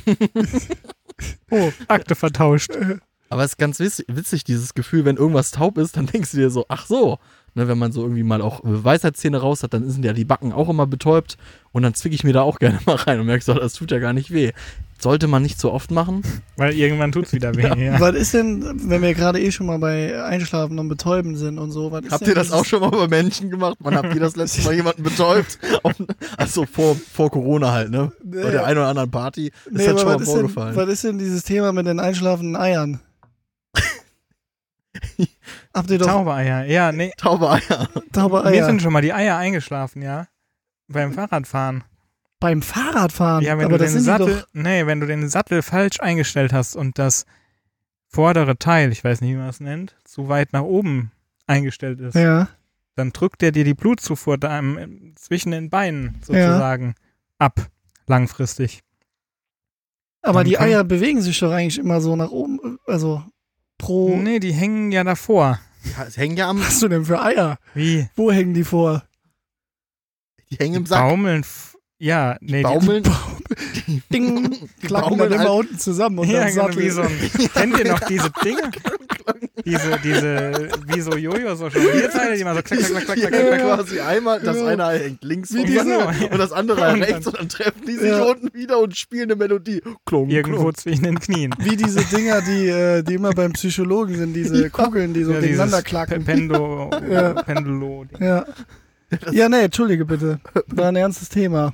Oh, Akte vertauscht. Aber es ist ganz witzig, dieses Gefühl, wenn irgendwas taub ist, dann denkst du dir so, ach so. Ne, wenn man so irgendwie mal auch Weisheitszähne raus hat, dann sind ja die Backen auch immer betäubt. Und dann zwicke ich mir da auch gerne mal rein und merkst so, das tut ja gar nicht weh. Sollte man nicht so oft machen. Weil irgendwann tut's wieder weh. Ja. Was ist denn, wenn wir gerade schon mal bei Einschlafen und Betäuben sind und so, was ist Habt denn ihr das dieses- auch schon mal bei Menschen gemacht? Wann habt ihr das letzte Mal jemanden betäubt? Also vor Corona halt, ne? Bei der einen oder anderen Party ist Nee, das aber schon mal was ist vorgefallen. was ist denn dieses Thema mit den einschlafenden Eiern? Habt ihr doch Taube Eier. Ja, nee. Taube Eier. taube Mir Eier sind schon mal die Eier eingeschlafen, ja. Beim Fahrradfahren. beim Fahrradfahren? Ja, wenn aber du das den sind die Sattel, doch. wenn du den Sattel falsch eingestellt hast und das vordere Teil, ich weiß nicht, wie man es nennt, zu weit nach oben eingestellt ist, Ja. dann drückt der dir die Blutzufuhr da zwischen den Beinen sozusagen ab, langfristig. Aber Dann die kann- Eier bewegen sich doch eigentlich immer so nach oben. Also pro. Nee, die hängen ja davor. Ja, es hängen ja am, Was hast du denn für Eier? Wie? Wo hängen die vor? die hängen im Die Sack. baumeln. Ja, nee, Baumeln. Ding, Die klacken baumeln dann immer halt- unten zusammen und ja, dann genau, Sattel. wie so ein. Kennt ihr noch diese Dinge? wie so Jojo, so Jonglierteile, die man so klack, klack, klack, klack, klack, klack. Quasi einmal, das eine hängt links vom diese- Sack und das andere Und rechts dann- und dann treffen die sich Ja. unten wieder und spielen eine Melodie. Klong, Irgendwo klong. zwischen den Knien. Wie diese Dinger, die immer beim Psychologen sind, diese Kugeln, die so Ja, gegeneinander dieses klacken. Pendulo. Ja. Ja, nee, entschuldige bitte. War ein ernstes Thema.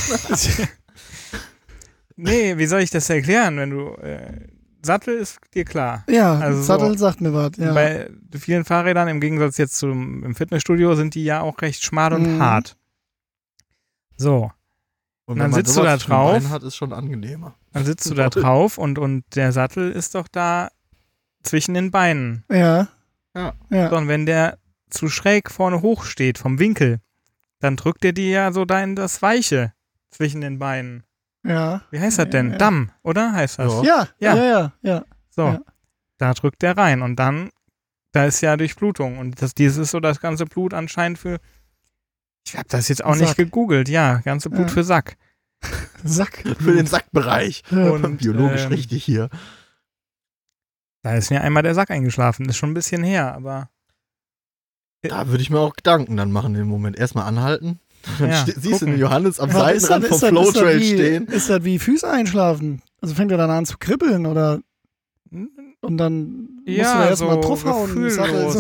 Nee, wie soll ich das erklären, wenn du Sattel ist dir klar. Ja, Also so. Sattel sagt mir was. Ja. Bei vielen Fahrrädern, im Gegensatz jetzt zum im Fitnessstudio, sind die ja auch recht schmal und Mhm. hart. So, Und dann wenn man sitzt du sowas da zwischen den drauf. Beinen hat, ist schon angenehmer. dann sitzt du da drauf und der Sattel ist doch da zwischen den Beinen. Ja. Ja. Ja. So, und wenn der zu schräg vorne hoch steht, vom Winkel, dann drückt er dir ja so da in das Weiche zwischen den Beinen. Ja. Wie heißt das denn? Ja. Damm, oder? Heißt das? Ja. Ja. Ja. Ja. Ja. Ja. So, Ja. da drückt der rein und dann, da ist ja Durchblutung und dieses ist so das ganze Blut anscheinend für, ich habe das jetzt auch nicht Sack. gegoogelt, ja, ganze Blut Ja. für Sack. Sack. Für den Sackbereich. Ja. Und, Biologisch richtig hier. Da ist mir einmal der Sack eingeschlafen, ist schon ein bisschen her, aber Da würde ich mir auch Gedanken dann machen im Moment. Erstmal anhalten. Dann Ja, siehst du gucken. den Johannes am Aber ist Seitenrand das- vom ist das- Flow ist das Trail wie- stehen. Ist das wie Füße einschlafen? Also fängt er dann an zu kribbeln oder und dann Ja, musst du da erstmal so draufhauen. gefühllos.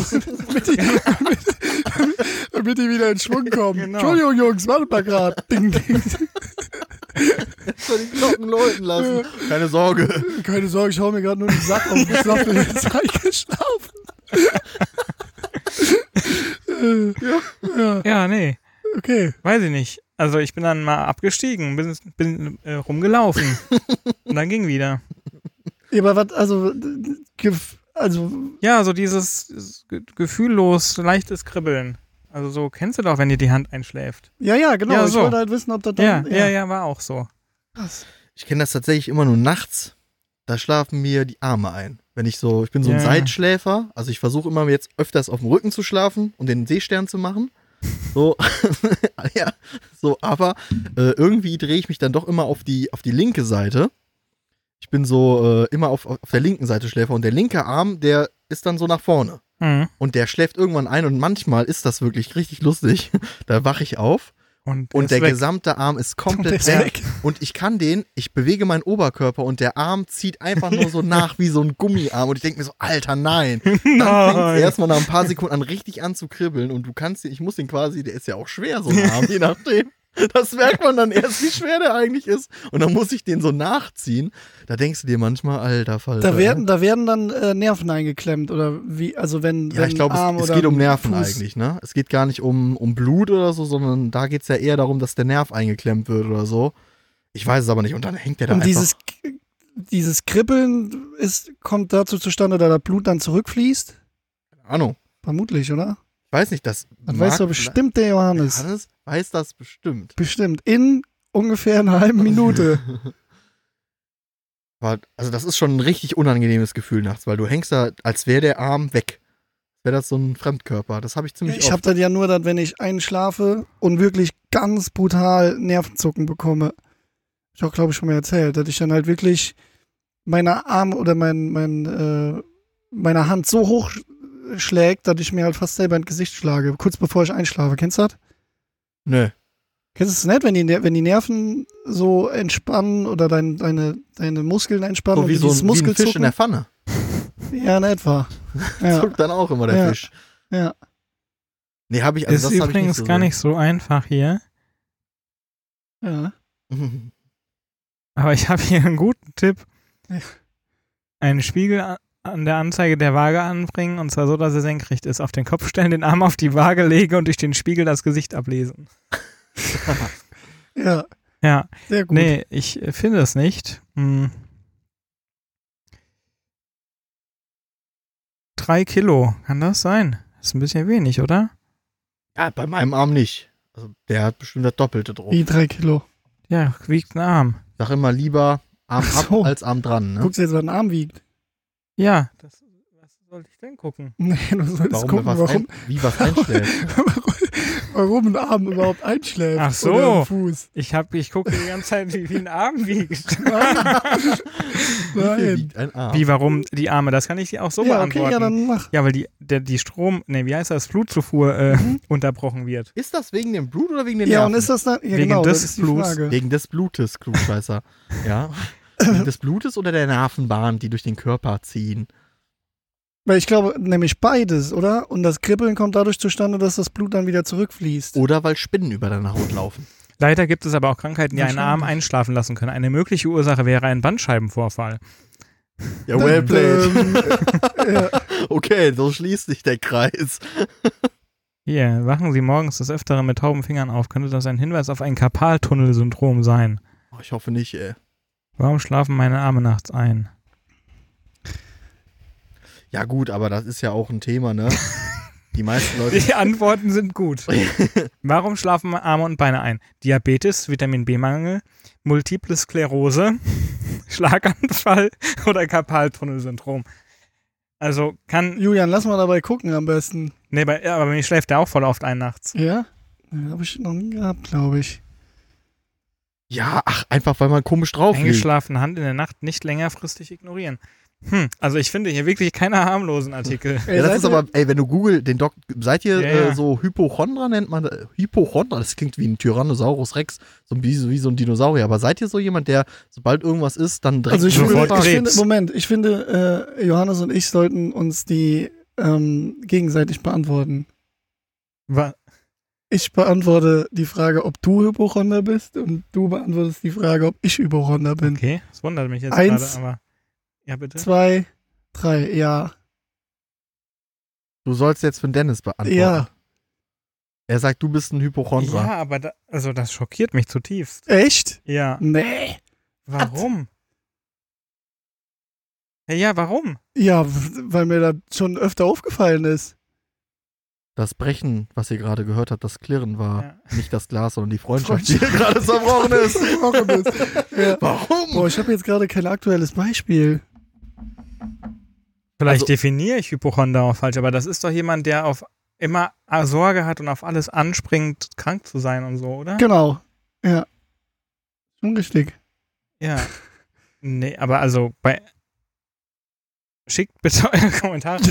damit die wieder in Schwung kommen. Genau. Entschuldigung, Jungs, wartet mal gerade. Ding, ding. Soll die Glocken läuten lassen. Keine Sorge. Keine Sorge, ich hau mir gerade nur den Sack auf. Ich dachte, jetzt eingeschlafen. Ja, ja, nee, okay. weiß ich nicht. Also ich bin dann mal abgestiegen, bin rumgelaufen und dann ging wieder. Ja, aber was, also Ja, so dieses gefühllos, leichtes Kribbeln. Also so kennst du doch, wenn dir die Hand einschläft. ja, genau. Ja, Ich so. wollte halt wissen, ob das dann. Ja, war auch so. Krass. Ich kenne das tatsächlich immer nur nachts. Da schlafen mir die Arme ein. Wenn ich so, ich bin so ein Ja. Seitschläfer. Also ich versuche immer jetzt öfters auf dem Rücken zu schlafen und den Seestern zu machen. So, ja, so, aber irgendwie drehe ich mich dann doch immer auf die linke Seite. Ich bin so immer auf der linken Seite Schläfer und der linke Arm, der ist dann so nach vorne. Mhm. Und der schläft irgendwann ein und manchmal ist das wirklich richtig lustig. Da wache ich auf und ist der weg. gesamte Arm ist Der komplett ist weg. weg. Und ich bewege meinen Oberkörper und der Arm zieht einfach nur so nach wie so ein Gummiarm. Und ich denke mir so, Alter, nein. Dann fängt Nein. es erstmal nach ein paar Sekunden an, richtig an zu kribbeln. Und ich muss den quasi, der ist ja auch schwer, so ein Arm, je nachdem. Das merkt man dann erst, wie schwer der eigentlich ist. Und dann muss ich den so nachziehen. Da denkst du dir manchmal, alter Falter. Da werden dann Nerven eingeklemmt oder wie, also wenn Ja, ich glaube, Arm es oder geht um Nerven Fuß, eigentlich, ne? Es geht gar nicht um Blut oder so, sondern da geht es ja eher darum, dass der Nerv eingeklemmt wird oder so. Ich weiß es aber nicht. Und dann hängt der da Und einfach. dieses Kribbeln kommt dazu zustande, da das Blut dann zurückfließt? Keine Ahnung. Vermutlich, oder? Ich weiß nicht, das Das weiß doch bestimmt der Johannes. Johannes weiß das bestimmt. Bestimmt. In ungefähr einer halben Minute. Aber, also das ist schon ein richtig unangenehmes Gefühl nachts, weil du hängst da, als wäre der Arm weg. Wäre das so ein Fremdkörper. Das habe ich ziemlich Ich habe oft. das ja nur, dass wenn ich einschlafe und wirklich ganz brutal Nervenzucken bekomme. Ich auch, glaube ich, schon mal erzählt, dass ich dann halt wirklich meine Arme oder meine Hand so hoch schlägt, dass ich mir halt fast selber ins Gesicht schlage, kurz bevor ich einschlafe. Kennst du das? Nö. Kennst du es nicht, wenn die Nerven so entspannen oder deine Muskeln entspannen So wie und so dieses ein Fisch in Muskelzucken? der Pfanne. Ja, in etwa. Ja, Zuckt dann auch immer der Ja. Fisch. ja. Nee, habe ich, Ist also das habe ich übrigens nicht so gar sehr. nicht so einfach hier. Ja. Aber ich habe hier einen guten Tipp. Ja. Einen Spiegel an der Anzeige der Waage anbringen und zwar so, dass er senkrecht ist. Auf den Kopf stellen, den Arm auf die Waage legen und durch den Spiegel das Gesicht ablesen. Ja, Ja, sehr gut. nee, ich finde es nicht. 3 Kilo, kann das sein? Das ist ein bisschen wenig, oder? Ja, bei meinem Arm nicht. Also der hat bestimmt das Doppelte drauf. Wie 3 Kilo. Ja, wiegt ein Arm. Sag immer lieber Arm Ach so. ab als Arm dran, ne? Guckst du jetzt, was ein Arm wiegt? Ja, sollte ich denn gucken? Nee, du solltest gucken, wie was einschläft. warum ein Arm überhaupt einschläft. Ach so. Oder ein Fuß. Ich gucke die ganze Zeit, wie ein Arm wiegt. Wie viel Nein. wiegt ein Arm? Wie, warum die Arme? Das kann ich dir auch so Ja, okay, beantworten. ja, dann mach. Ja, weil die Flutzufuhr unterbrochen wird. Ist das wegen dem Blut oder wegen den Ja, Nerven? und ist das dann. Ja, Wegen genau, des das ist die Bluts. Frage. Wegen des Blutes, Klugscheißer. Ja. Wegen des Blutes oder der Nervenbahn, die durch den Körper ziehen? Weil ich glaube, nämlich beides, oder? Und das Kribbeln kommt dadurch zustande, dass das Blut dann wieder zurückfließt. Oder weil Spinnen über deine Haut laufen. Leider gibt es aber auch Krankheiten, die einen Arm Wahrscheinlich. einschlafen lassen können. Eine mögliche Ursache wäre ein Bandscheibenvorfall. Ja, well played. Ja. Okay, so schließt sich der Kreis. Hier, wachen Sie morgens des Öfteren mit tauben Fingern auf. Könnte das ein Hinweis auf ein Karpaltunnelsyndrom sein? Oh, ich hoffe nicht, ey. Warum schlafen meine Arme nachts ein? Ja gut, aber das ist ja auch ein Thema, ne? Die meisten Leute... Die Antworten sind gut. Warum schlafen Arme und Beine ein? Diabetes, Vitamin B-Mangel, Multiple Sklerose, Schlaganfall oder Karpaltunnelsyndrom. Also kann... Julian, lass mal dabei gucken am besten. Nee, aber bei mir schläft der auch voll oft ein nachts. Ja? Habe ich noch nie gehabt, glaube ich. Ja, ach, einfach weil man komisch drauf liegt. Eingeschlafene Hand in der Nacht nicht längerfristig ignorieren. Also ich finde hier wirklich keine harmlosen Artikel. Ja, das ist aber, ey, wenn du Google den seid ihr Ja. so Hypochondra, nennt man das? Hypochondra, das klingt wie ein Tyrannosaurus Rex, wie so ein Dinosaurier, aber seid ihr so jemand, der, sobald irgendwas ist, dann direkt Also ich sofort finde, Krebs. ich finde, Johannes und ich sollten uns die gegenseitig beantworten. Ich beantworte die Frage, ob du Hypochonder bist und du beantwortest die Frage, ob ich Hypochonder bin. Okay, das wundert mich jetzt 1, gerade, aber... Ja, bitte? 2, 3, ja. Du sollst jetzt für den Dennis beantworten. Ja. Er sagt, du bist ein Hypochondra. Ja, aber das schockiert mich zutiefst. Echt? Ja. Nee. Warum? Ja, warum? Ja, weil mir das schon öfter aufgefallen ist. Das Brechen, was ihr gerade gehört habt, das Klirren war Ja. nicht das Glas, sondern die Freundschaft, die hier gerade zerbrochen ist. Ja. Warum? Boah, ich habe jetzt gerade kein aktuelles Beispiel. Vielleicht Also- definiere ich Hypochonder auch falsch, aber das ist doch jemand, der auf immer Sorge hat und auf alles anspringt, krank zu sein und so, oder? Genau. Ja. Schon richtig. Ja. Nee, aber also schickt bitte eure Kommentare.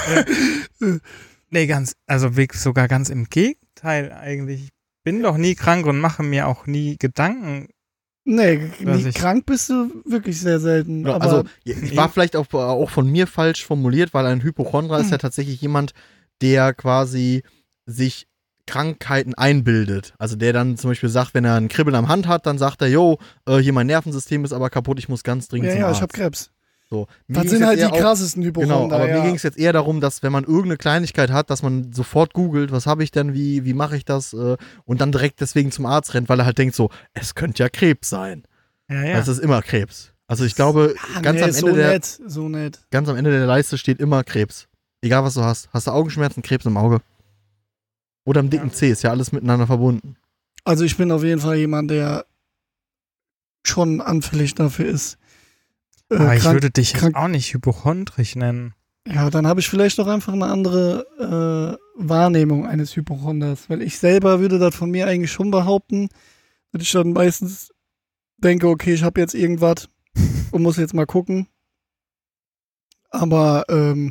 Nee, sogar ganz im Gegenteil eigentlich. Ich bin doch nie krank und mache mir auch nie Gedanken. Nee, Dass ich- krank bist du wirklich sehr selten. Ja, aber also, ich war vielleicht auch von mir falsch formuliert, weil ein Hypochondra ist ja tatsächlich jemand, der quasi sich Krankheiten einbildet. Also der dann zum Beispiel sagt, wenn er ein Kribbeln am Hand hat, dann sagt er, jo, hier mein Nervensystem ist aber kaputt, ich muss ganz dringend ja, zum ja, Arzt. ich habe Krebs. So. Mir Das ging's sind jetzt halt die eher auch- krassesten Genau, Hypochonder. aber ja. mir ging es jetzt eher darum, dass wenn man irgendeine Kleinigkeit hat, dass man sofort googelt, was habe ich denn, wie mache ich das und dann direkt deswegen zum Arzt rennt, weil er halt denkt so, es könnte ja Krebs sein. Ja, ja. Es ist immer Krebs. Also ich glaube, ganz so nett. am Ende der Leiste steht immer Krebs. Egal was du hast. Hast du Augenschmerzen, Krebs im Auge. Oder im dicken Zeh, ist ja alles miteinander verbunden. Also ich bin auf jeden Fall jemand, der schon anfällig dafür ist. aber ich krank- würde dich jetzt krank- auch nicht hypochondrisch nennen. Ja, dann habe ich vielleicht doch einfach eine andere Wahrnehmung eines Hypochonders. Weil ich selber würde das von mir eigentlich schon behaupten, dass ich dann meistens denke, okay, ich habe jetzt irgendwas und muss jetzt mal gucken. Aber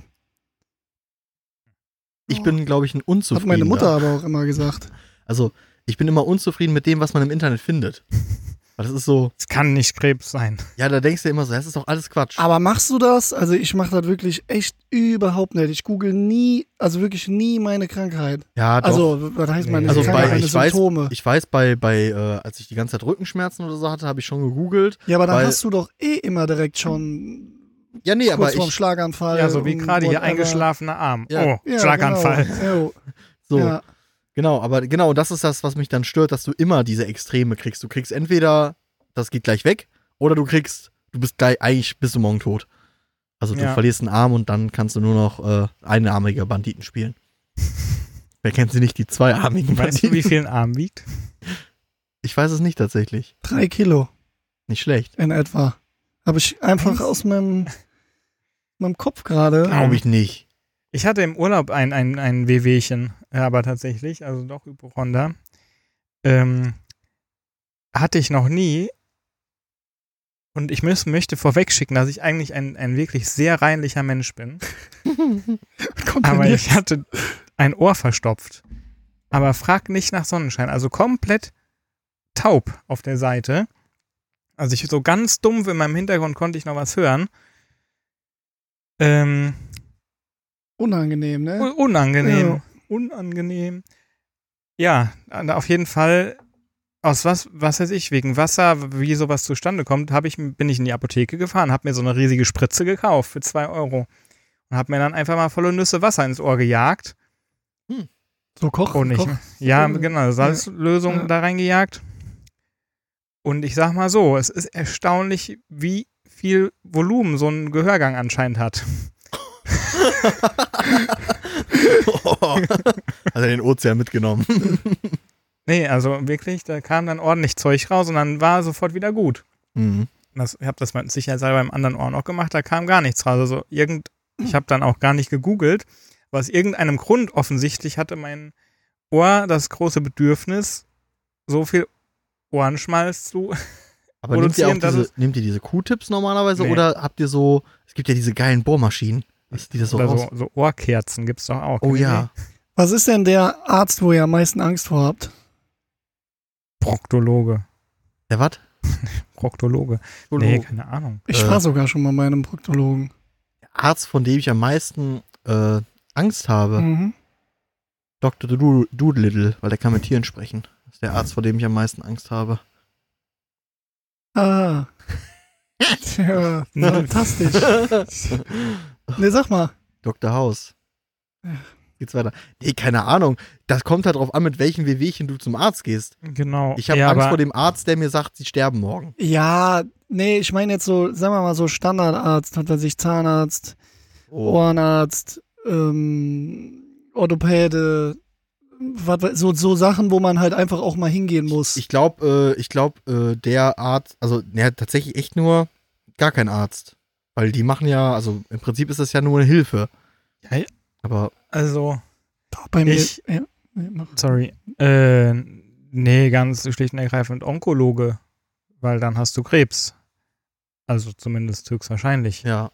Ich bin, glaube ich, ein hat Unzufriedener. meine Mutter aber auch immer gesagt. Also, ich bin immer unzufrieden mit dem, was man im Internet findet. Weil das ist so, Es kann nicht Krebs sein. ja, da denkst du immer so, das ist doch alles Quatsch. Aber machst du das? Also ich mache das wirklich echt überhaupt nicht. Ich google nie, also wirklich nie meine Krankheit. Ja, doch. Also, was heißt meine Also Krankheit, bei- meine ich weiß- Symptome? Ich weiß, als ich die ganze Zeit Rückenschmerzen oder so hatte, habe ich schon gegoogelt. Ja, aber dann weil- hast du doch immer direkt schon Ja, nee, kurz aber vorm ich, Schlaganfall. Ja, so wie und gerade hier whatever. eingeschlafener Arm. Ja. Oh, Ja, Schlaganfall. Genau. so, Ja. genau, aber genau, das ist das, was mich dann stört, dass du immer diese Extreme kriegst. Du kriegst entweder, das geht gleich weg, oder du bist gleich, eigentlich bist du morgen tot. Also du Ja. verlierst einen Arm und dann kannst du nur noch einarmige Banditen spielen. Wer kennt sie nicht, die zweiarmigen Weißt du, Banditen? wie viel ein Arm wiegt? Ich weiß es nicht tatsächlich. 3 Kilo Nicht schlecht. in etwa. Habe ich einfach Was? aus meinem meinem Kopf gerade. Glaube ich nicht. Ich hatte im Urlaub ein Wehwehchen, aber tatsächlich, also doch Hypochonder. Hatte ich noch nie. Und ich möchte vorwegschicken, dass ich eigentlich ein wirklich sehr reinlicher Mensch bin. Aber ich hatte ein Ohr verstopft. Aber frag nicht nach Sonnenschein. Also komplett taub auf der Seite. Also ich so ganz dumpf in meinem Hintergrund konnte ich noch was hören. Unangenehm, ne? Unangenehm. Ja. Unangenehm. Ja, auf jeden Fall, aus was weiß ich, wegen Wasser, wie sowas zustande kommt, bin ich in die Apotheke gefahren, habe mir so eine riesige Spritze gekauft für 2 Euro und habe mir dann einfach mal volle Nüsse Wasser ins Ohr gejagt. So kochen. Ja, genau, Salzlösung da reingejagt. Und ich sag mal so, es ist erstaunlich, wie viel Volumen so ein Gehörgang anscheinend hat. Hat er den Ozean mitgenommen? Nee, also wirklich, da kam dann ordentlich Zeug raus und dann war sofort wieder gut. Mhm. Ich habe das mit sicherheitshalber beim anderen Ohr noch gemacht, da kam gar nichts raus. Also ich habe dann auch gar nicht gegoogelt, aber aus irgendeinem Grund offensichtlich hatte mein Ohr das große Bedürfnis, so viel Ohrenschmalz zu Aber nehmt ihr produzieren. nehmt ihr diese Q-Tips normalerweise Nee. oder habt ihr so, es gibt ja diese geilen Bohrmaschinen, die das so Oder raus... so Ohrkerzen gibt's doch auch. Oh Kennt ihr ja. Was ist denn der Arzt, wo ihr am meisten Angst vor habt? die? Proktologe. Der was? Proktologe. Nee, keine Ahnung. Ich war sogar schon mal bei einem Proktologen. Arzt, von dem ich am meisten Angst habe, Mhm. Dr. Doolittle, weil der kann mit Tieren sprechen. Das ist der Arzt, vor dem ich am meisten Angst habe. Ah. Tja, fantastisch. Ne, sag mal. Dr. House. Geht's weiter? Nee, keine Ahnung. Das kommt halt drauf an, mit welchen Wehwehchen du zum Arzt gehst. Genau. Ich habe Angst vor dem Arzt, der mir sagt, sie sterben morgen. Ja, nee, ich meine jetzt so, sagen wir mal so Standardarzt, hat er sich Zahnarzt, Oh. Ohrenarzt, Orthopäde, so Sachen, wo man halt einfach auch mal hingehen muss. Ich glaube, der Arzt, also der tatsächlich echt nur gar kein Arzt. Weil die machen ja, also im Prinzip ist das ja nur eine Hilfe. Ja, ja. Aber Also, Bei mir. ich- Ja, nee, mach. sorry. Nee, ganz schlicht und ergreifend Onkologe. Weil dann hast du Krebs. Also zumindest höchstwahrscheinlich. ja,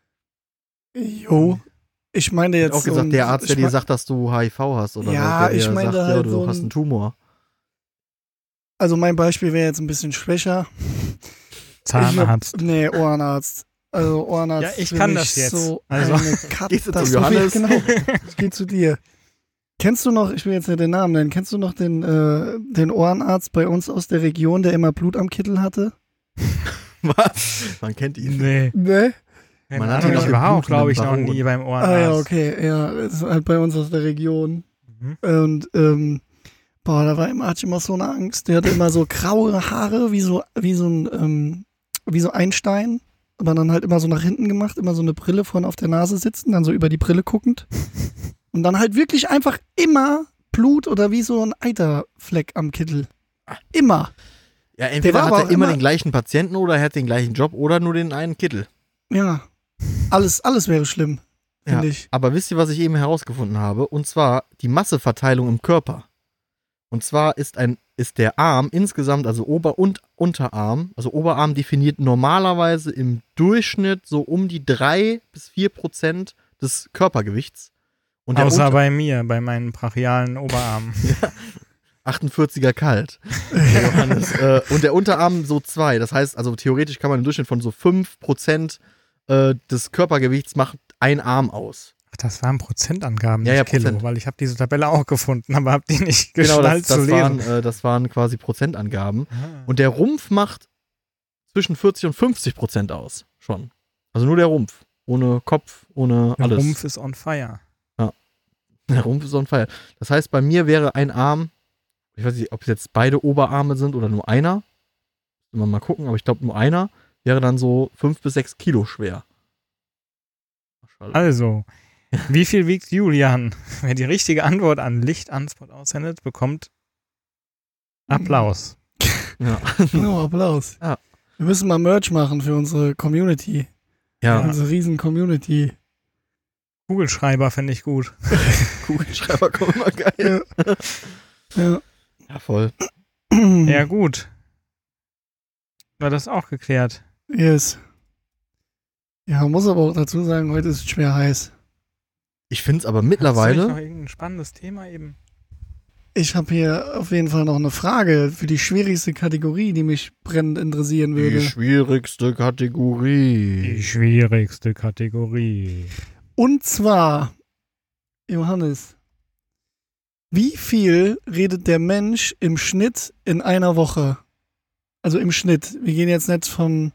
Jo. Ich meine ich jetzt. auch gesagt, so der Arzt, der ich dir sagt, dass du HIV hast oder Ja, der dir ich meine sagt, halt du so hast einen Tumor. Also mein Beispiel wäre jetzt ein bisschen schwächer. Zahnarzt. Nee, Ohrenarzt. Also Ohrenarzt. Ja, ich für kann mich das jetzt. So Also- eine Gehst du zu Katastrophe. Johannes? Genau. Ich gehe zu dir. Kennst du noch, ich will jetzt nicht den Namen nennen, kennst du noch den Ohrenarzt bei uns aus der Region, der immer Blut am Kittel hatte? Was? Man kennt ihn. Nee. Ne? Keine Man hat Ahnung, ihn ich auf war dem auch, glaube ich, noch Baron. nie beim Ohrenarzt. Ah ja, okay. Ja, das ist halt bei uns aus der Region. Mhm. Und da war im Arzt immer so eine Angst. Der hatte immer so graue Haare, wie so Einstein. Aber dann halt immer so nach hinten gemacht, immer so eine Brille vorne auf der Nase sitzen, dann so über die Brille guckend. Und dann halt wirklich einfach immer Blut oder wie so ein Eiterfleck am Kittel. Immer. Ja, Der entweder war hat aber er auch immer immer- den gleichen Patienten oder er hat den gleichen Job oder nur den einen Kittel. Ja. Alles wäre schlimm, finde Ja, ich. aber wisst ihr, was ich eben herausgefunden habe? Und zwar die Masseverteilung im Körper. Und zwar ist der Arm insgesamt, also Ober- und Unterarm, also Oberarm definiert normalerweise im Durchschnitt so um die 3-4% des Körpergewichts. Und der Außer bei mir, bei meinen brachialen Oberarmen. 48er kalt. Der Johannes. Und der Unterarm so 2. Das heißt, also theoretisch kann man im Durchschnitt von so 5% des Körpergewichts macht ein Arm aus. Ach, das waren Prozentangaben, Ja, nicht ja, Kilo, Prozent. weil ich habe diese Tabelle auch gefunden, aber habe die nicht Genau, geschnallt zu lesen. das waren quasi Prozentangaben. Ah. Und der Rumpf macht zwischen 40 und 50% aus. Schon. Also nur der Rumpf. Ohne Kopf, ohne Der alles. Rumpf ist on fire. Der Rumpf ist on fire. Das heißt, bei mir wäre ein Arm, ich weiß nicht, ob es jetzt beide Oberarme sind oder nur einer. Müssen wir mal gucken, aber ich glaube nur einer wäre dann so 5 bis 6 Kilo schwer. Also, wie viel wiegt Julian? Wer die richtige Antwort an Licht an Spot aussendet, bekommt Applaus. Ja. Oh, Applaus. Ja. Wir müssen mal Merch machen für unsere Community. Ja, Unsere riesen Community. Kugelschreiber finde ich gut. Kugelschreiber kommen immer geil. Ja. Ja, voll. Ja, gut. War das auch geklärt? Yes. Ja, man muss aber auch dazu sagen, heute ist es schwer heiß. Ich finde es aber Hast du mittlerweile. noch irgendein spannendes Thema eben? Ich habe hier auf jeden Fall noch eine Frage für die schwierigste Kategorie, die mich brennend interessieren würde. Die schwierigste Kategorie. Die schwierigste Kategorie. Und zwar, Johannes, wie viel redet der Mensch im Schnitt in einer Woche? Also im Schnitt. Wir gehen jetzt nicht von...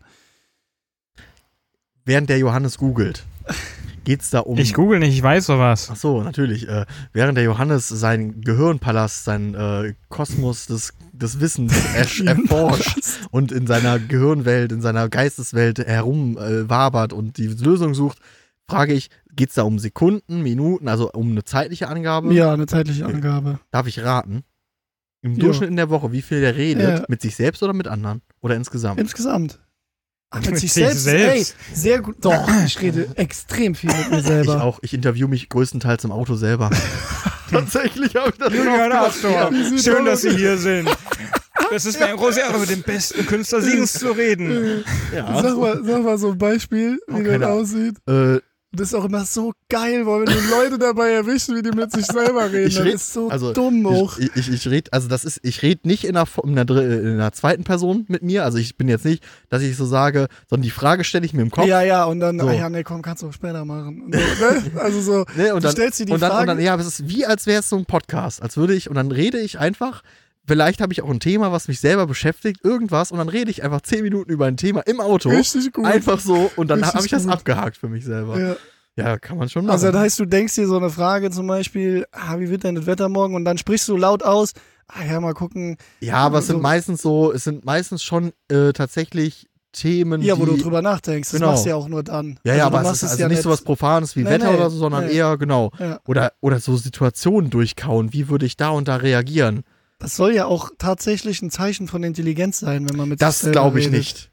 Während der Johannes googelt, geht's da um. Ich google nicht, ich weiß sowas. Ach so, natürlich. Während der Johannes seinen Gehirnpalast, seinen Kosmos des Wissens erforscht und in seiner Gehirnwelt, in seiner Geisteswelt herumwabert und die Lösung sucht, frage ich, geht's da um Sekunden, Minuten, also um eine zeitliche Angabe? Ja, eine zeitliche Angabe. Darf ich raten? Im Ja. Durchschnitt in der Woche, wie viel der redet? Ja. Mit sich selbst oder mit anderen? Oder insgesamt? Insgesamt. Ach, mit Mit sich sich selbst? selbst. Ey, sehr gut. Doch, ich rede extrem viel mit mir Ich selber. auch. Ich interview mich größtenteils im Auto selber. Tatsächlich habe ich das Julian oft gemacht. Astor, schön, dass Sie hier sind. Das ist mir eine große Ehre, mit dem besten Künstler Siegens zu reden. Ja. Sag mal so ein Beispiel, wie Okay, das aussieht. Das ist auch immer so geil, weil wenn die Leute dabei erwischen, wie die mit sich selber reden, Ich das red- ist so also, dumm auch. Ich rede, also ich rede nicht in einer zweiten Person mit mir, also ich bin jetzt nicht, dass ich so sage, sondern die Frage stelle ich mir im Kopf. Ja, und dann, So. ja, nee, komm, kannst du auch später machen. Und so, ne? Also so, Ne, und du dann, stellst dir die und dann, Frage. und dann, ja, aber es ist wie, als wäre es so ein Podcast, als würde ich, und dann rede ich einfach, vielleicht habe ich auch ein Thema, was mich selber beschäftigt, irgendwas, und dann rede ich einfach 10 Minuten über ein Thema im Auto. Richtig gut. Einfach so, und dann Richtig habe ich das gut. abgehakt für mich selber. Ja. Ja, kann man schon machen. Also das heißt, du denkst dir so eine Frage zum Beispiel, wie wird denn das Wetter morgen? Und dann sprichst du laut aus, ja, mal gucken. Ja, aber es so- sind meistens schon tatsächlich Themen, Ja, wo die, du drüber nachdenkst. Das Genau. machst du ja auch nur dann. Ja, also, aber du es machst ist also nicht sowas Profanes wie Nee, Wetter nee, oder so, sondern nee. eher, genau. Ja. Oder so Situationen durchkauen. Wie würde ich da und da reagieren? Das soll ja auch tatsächlich ein Zeichen von Intelligenz sein, wenn man mit Das sich selber glaube ich redet. nicht.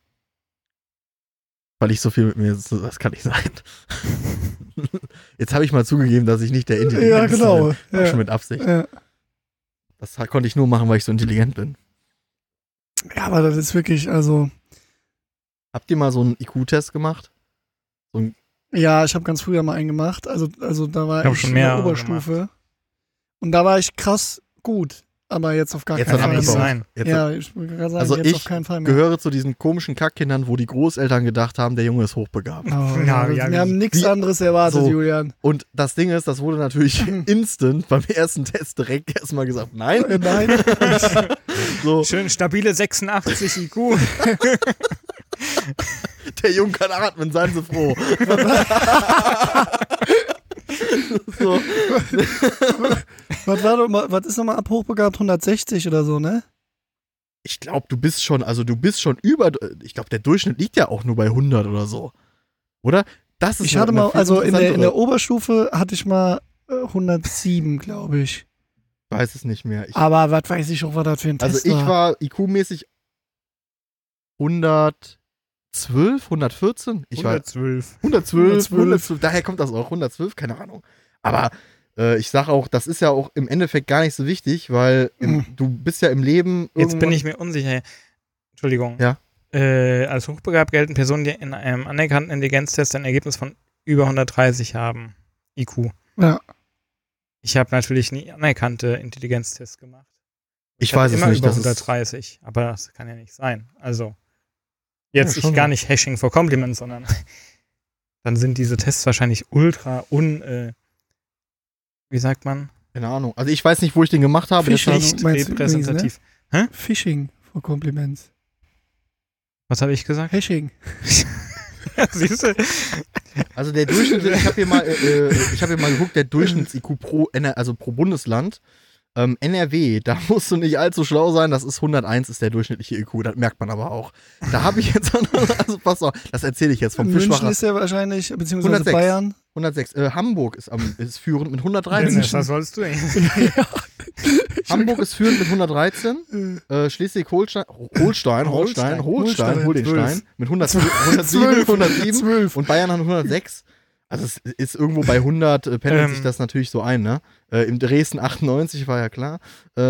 Weil ich so viel mit mir, das kann nicht sein. Jetzt habe ich mal zugegeben, dass ich nicht der Intelligenteste Ja, genau. bin. Auch Ja. schon mit Absicht. Ja. Das konnte ich nur machen, weil ich so intelligent bin. Ja, aber das ist wirklich, also, Habt ihr mal so einen IQ-Test gemacht? ja, ich habe ganz früher mal einen gemacht. Also da war Ich hab ich schon in der mehrere Oberstufe. Und da war ich krass gut. Aber jetzt auf gar Jetzt keinen hat Fall nicht abgebaut. mehr. sein. Jetzt Ja, ich wollte gerade sagen, Also jetzt ich auf keinen Fall mehr. gehöre zu diesen komischen Kackkindern, wo die Großeltern gedacht haben, der Junge ist hochbegabt. Oh, Ja, ja, ja, wir haben nichts wie- anderes erwartet, so. Julian. Und das Ding ist, das wurde natürlich instant beim ersten Test direkt erstmal gesagt, nein. Nein. So, Schön stabile 86 IQ. der Junge kann atmen, seien Sie froh. So. Was ist nochmal ab hochbegabt? 160 oder so, ne? Ich glaube, du bist schon über, ich glaube, der Durchschnitt liegt ja auch nur bei 100 oder so. Oder? Das ist Ich hatte eine mal, viel also in der interessantere- Oberstufe hatte ich mal 107, glaube ich. weiß es nicht mehr. Aber was weiß ich auch, was das für ein Also Test ich war. war IQ-mäßig 112, 114? Ich war 112. 112, daher kommt das auch, 112, keine Ahnung. Aber ich sage auch, das ist ja auch im Endeffekt gar nicht so wichtig, weil du bist ja im Leben Jetzt bin irgendwann- ich mir unsicher. Entschuldigung. Ja. Als hochbegabt gelten Personen, die in einem anerkannten Intelligenztest ein Ergebnis von über 130 haben. IQ. Ja. Ich habe natürlich nie anerkannte Intelligenztests gemacht. Ich hatte weiß es immer nicht, über das ist- 130, aber das kann ja nicht sein. Also, jetzt Ja, schon. ich gar nicht Hashing for Compliments, sondern dann sind diese Tests wahrscheinlich ultra wie sagt man? Keine Ahnung. Also ich weiß nicht, wo ich den gemacht habe. Fischig. deshalb- Nicht meinst du übrigens, repräsentativ. Phishing for Compliments. Was habe ich gesagt? Hashing. Siehst du? Also der Durchschnitt, ich habe hier mal geguckt, der Durchschnitts-IQ pro Bundesland. NRW, da musst du nicht allzu schlau sein, das ist 101 ist der durchschnittliche IQ, das merkt man aber auch. Da habe ich jetzt, also pass auf, das erzähle ich jetzt vom München Fischwacher. ist ja wahrscheinlich, beziehungsweise 106. Bayern. 106. Hamburg ist führend mit 113. Dennis, was sollst du denn? Ja, Hamburg ist führend mit 113. Schleswig-Holstein, Holstein, hol den Stein, mit 107 und Bayern hat 106. Also es ist irgendwo bei 100, pendelt sich das natürlich so ein, ne? Im Dresden 98 war ja klar.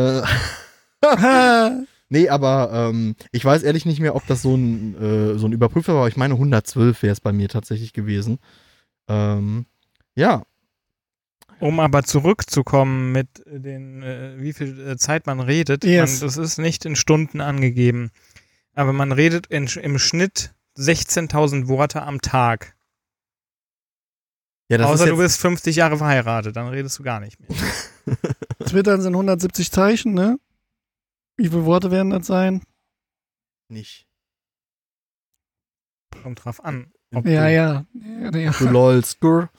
Nee, aber ich weiß ehrlich nicht mehr, ob das so ein Überprüfer war, aber ich meine 112 wäre es bei mir tatsächlich gewesen. Ja. Um aber zurückzukommen mit den, wie viel Zeit man redet, Yes. das ist nicht in Stunden angegeben, aber man redet im Schnitt 16.000 Worte am Tag. Ja, das Außer ist du bist 50 Jahre verheiratet, dann redest du gar nicht mehr. Twitter sind 170 Zeichen, ne? Wie viele Worte werden das sein? nicht. Kommt drauf an. Ja. Du lolst, Ja,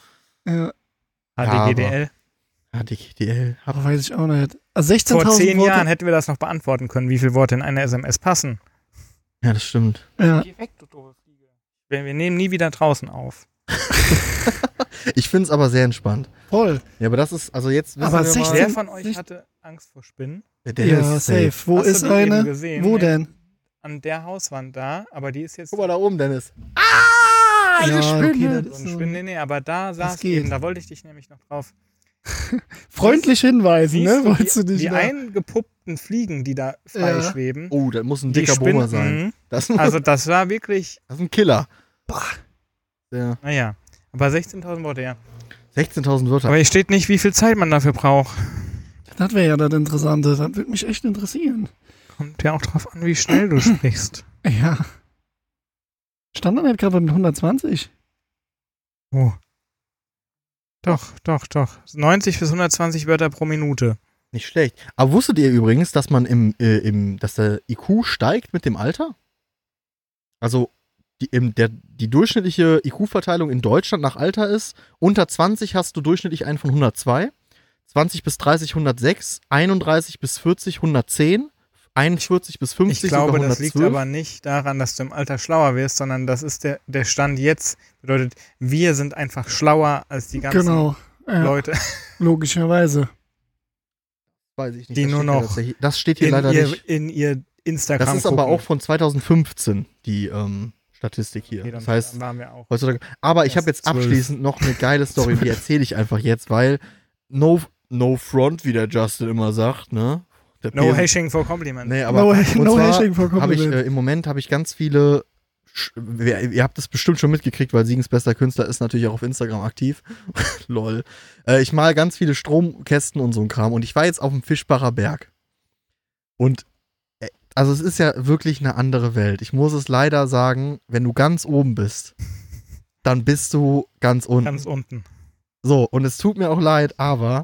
HDGDL. HDGDL. aber weiß ich auch nicht. Also 16.000 Vor 10 Worte. Jahren hätten wir das noch beantworten können, wie viele Worte in eine SMS passen. Ja, das stimmt. Ja. Geh weg, du doofe Fliege. Wir nehmen nie wieder draußen auf. Ich finde es aber sehr entspannt. Voll. Ja, aber das ist, also jetzt wissen Aber wir 16 Wer mal, von euch 16 hatte Angst vor Spinnen? der Ja, ist safe. Wo Hast du ist die eben eine? gesehen? Wo Nee. denn? An der Hauswand da, aber die ist jetzt Guck mal da oben, Dennis. Ja, okay, Spinne. das so ist ein so. Spinnen. Nee, aber da saß geht. eben, da wollte ich dich nämlich noch drauf. Freundlich hinweisen, Siehst ne? du Wolltest du nicht die da? eingepuppten Fliegen, die da frei Ja. schweben. Oh, das muss ein Die dicker Bohrer sein. Spinnen, Das, also das war wirklich, das ist ein Killer. Ja. naja, aber 16.000 Worte, ja. 16.000 Wörter. Aber hier steht nicht, wie viel Zeit man dafür braucht. Das wäre ja das Interessante. Das würde mich echt interessieren. Kommt ja auch drauf an, wie schnell du sprichst. Ja. Standard gerade mit 120. Oh. Doch. 90 bis 120 Wörter pro Minute. Nicht schlecht. Aber wusstet ihr übrigens, dass man dass der IQ steigt mit dem Alter? Also die durchschnittliche IQ-Verteilung in Deutschland nach Alter ist, unter 20 hast du durchschnittlich einen von 102, 20 bis 30 106, 31 bis 40 110, 41 bis 50 Ich glaube, sogar das 112. liegt aber nicht daran, dass du im Alter schlauer wirst, sondern das ist der Stand jetzt. Bedeutet, wir sind einfach schlauer als die ganzen Genau. Ja, Leute logischerweise. Weiß ich nicht. die das nur steht hier noch tatsächlich- Das steht hier leider nicht. in ihr Instagram Das ist aber gucken. auch von 2015, die Statistik hier. Okay, Das dann heißt, waren wir auch. heutzutage. Aber ich Das habe jetzt 12. abschließend noch eine geile Story, die erzähle ich einfach jetzt, weil no front, wie der Justin immer sagt, ne? Der No Pesen- hashing for compliment. Nee, aber No und hashing for zwar habe ich compliment. im Moment habe ich ganz viele ihr habt das bestimmt schon mitgekriegt, weil Siegens bester Künstler ist natürlich auch auf Instagram aktiv. Lol. Ich mal ganz viele Stromkästen und so ein Kram und ich war jetzt auf dem Fischbacher Berg. Und also es ist ja wirklich eine andere Welt. Ich muss es leider sagen, wenn du ganz oben bist, dann bist du ganz unten. Ganz unten. So, und es tut mir auch leid, aber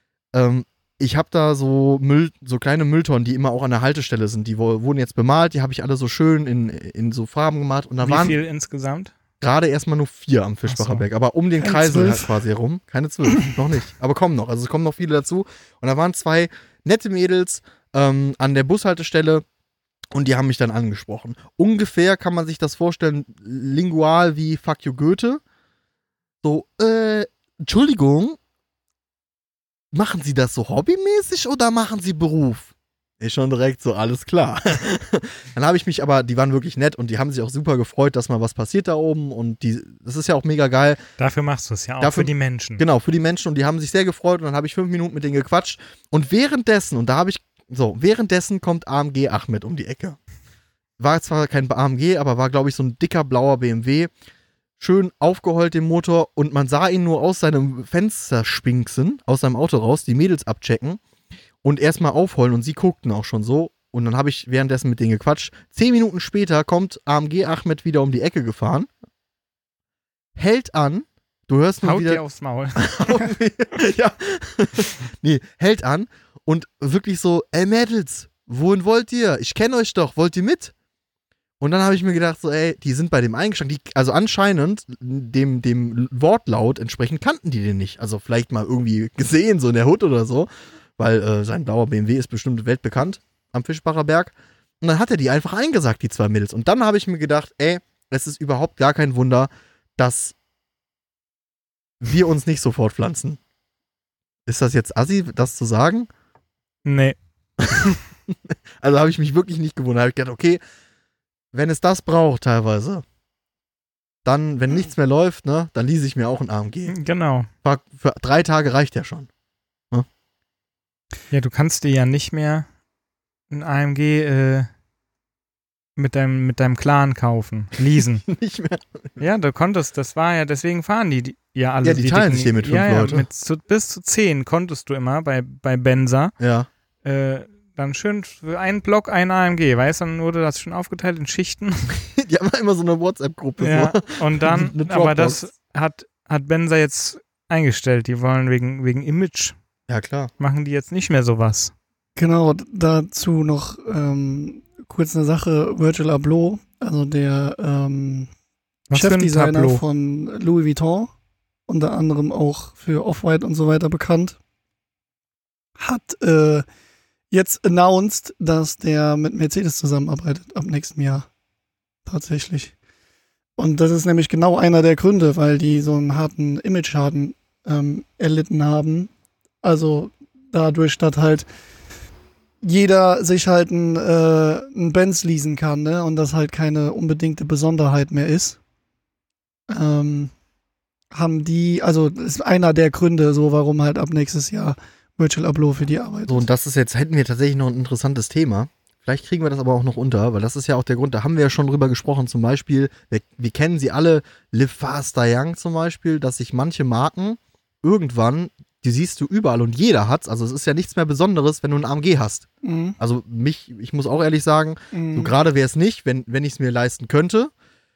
ich habe da so kleine Mülltonnen, die immer auch an der Haltestelle sind. Die wurden jetzt bemalt, die habe ich alle so schön in so Farben gemacht. Und da Wie waren viel insgesamt? gerade erstmal nur 4 am Fischbacher Ach so. Berg, aber um den Keine Kreisel 12. halt quasi herum. Keine 12, noch nicht. Aber kommen noch, also es kommen noch viele dazu. Und da waren 2 nette Mädels an der Bushaltestelle und die haben mich dann angesprochen. Ungefähr kann man sich das vorstellen, lingual wie Fuck you Goethe. So, Entschuldigung, machen Sie das so hobbymäßig oder machen Sie Beruf? Ist schon direkt so, alles klar. Dann habe ich mich aber, die waren wirklich nett und die haben sich auch super gefreut, dass mal was passiert da oben und das ist ja auch mega geil. Dafür machst du es ja auch Dafür- für die Menschen. Genau, für die Menschen und die haben sich sehr gefreut und dann habe ich 5 Minuten mit denen gequatscht und währenddessen kommt AMG Ahmed um die Ecke. War zwar kein AMG, aber war glaube ich so ein dicker blauer BMW. Schön aufgeheult den Motor und man sah ihn nur aus seinem Fenster spinksen, aus seinem Auto raus, die Mädels abchecken und erstmal aufheulen und sie guckten auch schon so und dann habe ich währenddessen mit denen gequatscht. 10 Minuten später kommt AMG Ahmed wieder um die Ecke gefahren, hält an, du hörst nur Haut wieder dir aufs Maul. ja. Nee, hält an und wirklich so, ey Mädels, wohin wollt ihr? Ich kenne euch doch, wollt ihr mit? Und dann habe ich mir gedacht, so, ey, die sind bei dem eingestiegen. Also anscheinend, dem Wortlaut entsprechend kannten die den nicht. Also vielleicht mal irgendwie gesehen, so in der Hut oder so. Weil sein blauer BMW ist bestimmt weltbekannt am Fischbacher Berg. Und dann hat er die einfach eingesagt, die 2 Mädels. Und dann habe ich mir gedacht, ey, es ist überhaupt gar kein Wunder, dass wir uns nicht so fortpflanzen. Ist das jetzt assi, das zu sagen? Nee. Also habe ich mich wirklich nicht gewundert. Habe ich gedacht, okay, wenn es das braucht teilweise, dann, wenn nichts mehr läuft, ne, dann lease ich mir auch ein AMG. Genau. Für 3 Tage reicht ja schon. Ja, du kannst dir ja nicht mehr ein AMG mit deinem Clan kaufen, leasen. Nicht mehr. Ja, du konntest, das war ja, deswegen fahren die ja alle. Ja, die teilen dicken- sich hier mit 5 ja, Leute. Bis zu 10 konntest du immer bei Benza. Ja. Dann schön für einen Block ein AMG, weißt du, dann wurde das schon aufgeteilt in Schichten. Die haben immer so eine WhatsApp-Gruppe. Ja, So. und dann, Eine aber Dropbox. das hat Benza jetzt eingestellt. Die wollen wegen Image, Ja, klar. machen die jetzt nicht mehr sowas. Genau, dazu noch kurz eine Sache. Virgil Abloh, also der Was für ein Chefdesigner Tableau. von Louis Vuitton, unter anderem auch für Off-White und so weiter bekannt, hat jetzt announced, dass der mit Mercedes zusammenarbeitet ab nächstem Jahr. Tatsächlich. Und das ist nämlich genau einer der Gründe, weil die so einen harten Image-Schaden erlitten haben. Also dadurch, dass halt jeder sich halt einen Benz leasen kann, ne? Und das halt keine unbedingte Besonderheit mehr ist. Haben die, also das ist einer der Gründe, so warum halt ab nächstes Jahr Virgil Abloh für die arbeitet. So, und das ist jetzt, hätten wir tatsächlich noch ein interessantes Thema. Vielleicht kriegen wir das aber auch noch unter, weil das ist ja auch der Grund, da haben wir ja schon drüber gesprochen, zum Beispiel, wir kennen sie alle, Live Fast Die Young zum Beispiel, dass sich manche Marken irgendwann, die siehst du überall und jeder hat's, also es ist ja nichts mehr Besonderes, wenn du ein AMG hast. Mhm. Also ich muss auch ehrlich sagen, Mhm. so gerade wäre es nicht, wenn ich es mir leisten könnte,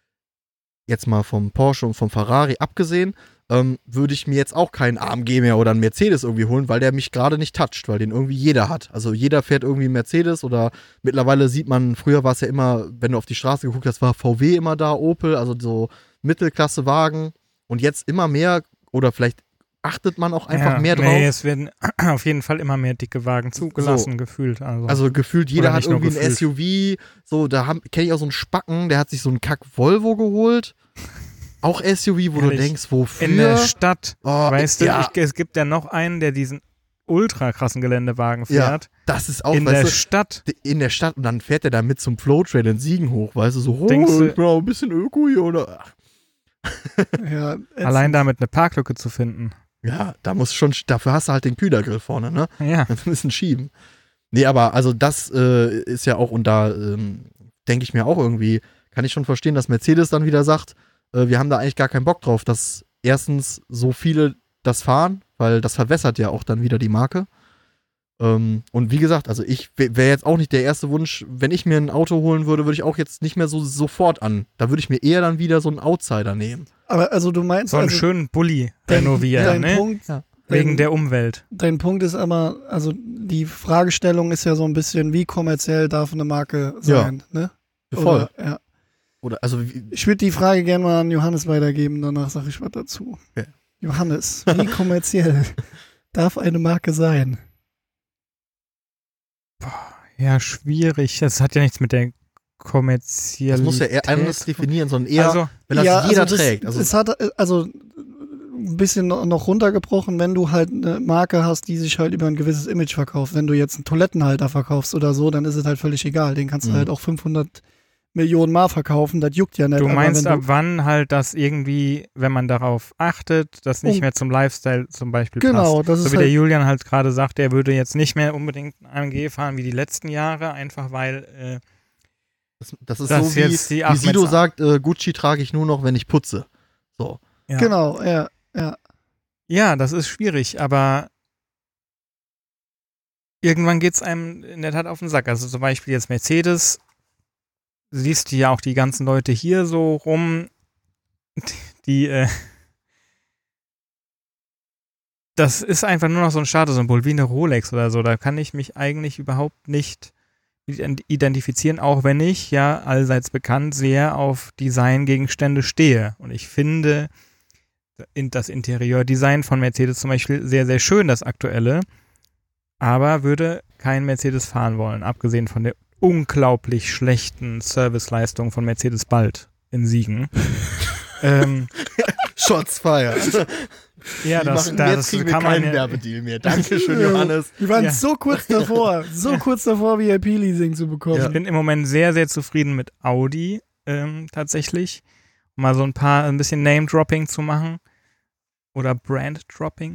jetzt mal vom Porsche und vom Ferrari abgesehen, würde ich mir jetzt auch keinen AMG mehr oder einen Mercedes irgendwie holen, weil der mich gerade nicht toucht, weil den irgendwie jeder hat. Also jeder fährt irgendwie einen Mercedes oder mittlerweile sieht man, früher war es ja immer, wenn du auf die Straße geguckt hast, war VW immer da, Opel, also so Mittelklasse-Wagen und jetzt immer mehr oder vielleicht achtet man auch einfach mehr drauf. Nee, es werden auf jeden Fall immer mehr dicke Wagen zugelassen, gefühlt. Also Gefühlt jeder Oder hat nicht nur irgendwie ein gefühlt. SUV, so, kenne ich auch so einen Spacken, der hat sich so einen Kack-Volvo geholt. Auch SUV, wo du Ehrlich, denkst, wofür? in der Stadt, Oh, weißt du, ja. es gibt ja noch einen, der diesen ultra krassen Geländewagen Ja, fährt. das ist auch, In weißt der du, Stadt. in der Stadt und dann fährt er da mit zum Flow-Trail in Siegen hoch, weißt du, so, Denkst du- ich bin auch ein bisschen Öko hier, oder? Ach, Ja, Allein damit eine Parklücke zu finden. ja, dafür hast du halt den Kühlergrill vorne, ne? Ja. Dann ein bisschen schieben. Nee, aber also das ist ja auch, und da denke ich mir auch irgendwie, kann ich schon verstehen, dass Mercedes dann wieder sagt, wir haben da eigentlich gar keinen Bock drauf, dass erstens so viele das fahren, weil das verwässert ja auch dann wieder die Marke. Und wie gesagt, also ich wäre jetzt auch nicht der erste Wunsch, wenn ich mir ein Auto holen würde, würde ich auch jetzt nicht mehr so sofort an. Da würde ich mir eher dann wieder so einen Outsider nehmen. aber also du meinst, So einen also schönen Bulli dein renovieren, ne? Punkt, Ja. Wegen der Umwelt. Dein Punkt ist aber, also die Fragestellung ist ja so ein bisschen, wie kommerziell darf eine Marke sein, ne? Voll. Oder, ja. Oder also Ich würde die Frage gerne mal an Johannes weitergeben, danach sage ich was dazu. Okay. Johannes, wie kommerziell darf eine Marke sein? Ja, schwierig. Das hat ja nichts mit der kommerziellen. das muss ja eher anders definieren, sondern eher, Also, wenn das Ja, jeder also trägt. Das hat, also ein bisschen noch runtergebrochen, wenn du halt eine Marke hast, die sich halt über ein gewisses Image verkauft. Wenn du jetzt einen Toilettenhalter verkaufst oder so, dann ist es halt völlig egal. Den kannst du Mhm. halt auch 500 Millionen Mal verkaufen, das juckt ja nicht. du aber meinst, wenn ab wann halt das irgendwie, wenn man darauf achtet, das nicht Und- mehr zum Lifestyle zum Beispiel Genau, passt. das So ist wie der halt, Julian halt gerade sagt, er würde jetzt nicht mehr unbedingt ein AMG fahren wie die letzten Jahre, einfach weil Das ist das so wie, jetzt die wie Ahmeds- Sido sagt, Gucci trage ich nur noch, wenn ich putze. So. ja. genau, ja. Ja, das ist schwierig, aber irgendwann geht es einem in der Tat auf den Sack. Also zum Beispiel jetzt Mercedes, siehst du ja auch die ganzen Leute hier so rum, die, das ist einfach nur noch so ein Statussymbol, wie eine Rolex oder so. Da kann ich mich eigentlich überhaupt nicht identifizieren, auch wenn ich ja allseits bekannt sehr auf Designgegenstände stehe. Und ich finde das Interieurdesign von Mercedes zum Beispiel sehr, sehr schön, das aktuelle, aber würde kein Mercedes fahren wollen, abgesehen von der unglaublich schlechten Serviceleistung von Mercedes bald in Siegen. Shots fired. Ja, Jetzt kriegen wir kann man keinen Werbedeal mehr. Dankeschön, Johannes. Wir waren Ja. so kurz davor, VIP-Leasing zu bekommen. Ich bin im Moment sehr, sehr zufrieden mit Audi tatsächlich. Um mal so ein bisschen Name-Dropping zu machen. Oder Brand-Dropping.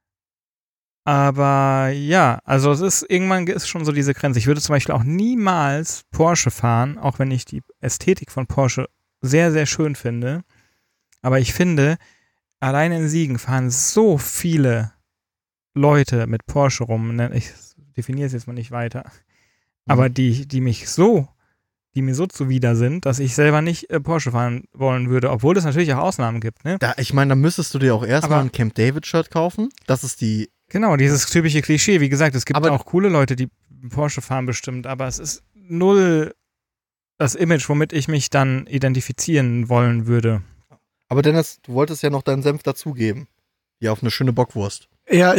Aber ja, also irgendwann ist schon so diese Grenze. Ich würde zum Beispiel auch niemals Porsche fahren, auch wenn ich die Ästhetik von Porsche sehr, sehr schön finde. Aber ich finde, allein in Siegen fahren so viele Leute mit Porsche rum. Ne? Ich definiere es jetzt mal nicht weiter. Aber die mir so zuwider sind, dass ich selber nicht Porsche fahren wollen würde, obwohl es natürlich auch Ausnahmen gibt. Ne? Ich meine, da müsstest du dir auch erstmal ein Camp David-Shirt kaufen. Das ist die. Genau, dieses typische Klischee. Wie gesagt, es gibt Aber auch coole Leute, die Porsche fahren bestimmt, aber es ist null das Image, womit ich mich dann identifizieren wollen würde. Aber Dennis, du wolltest ja noch deinen Senf dazugeben. Ja, auf eine schöne Bockwurst. Ja,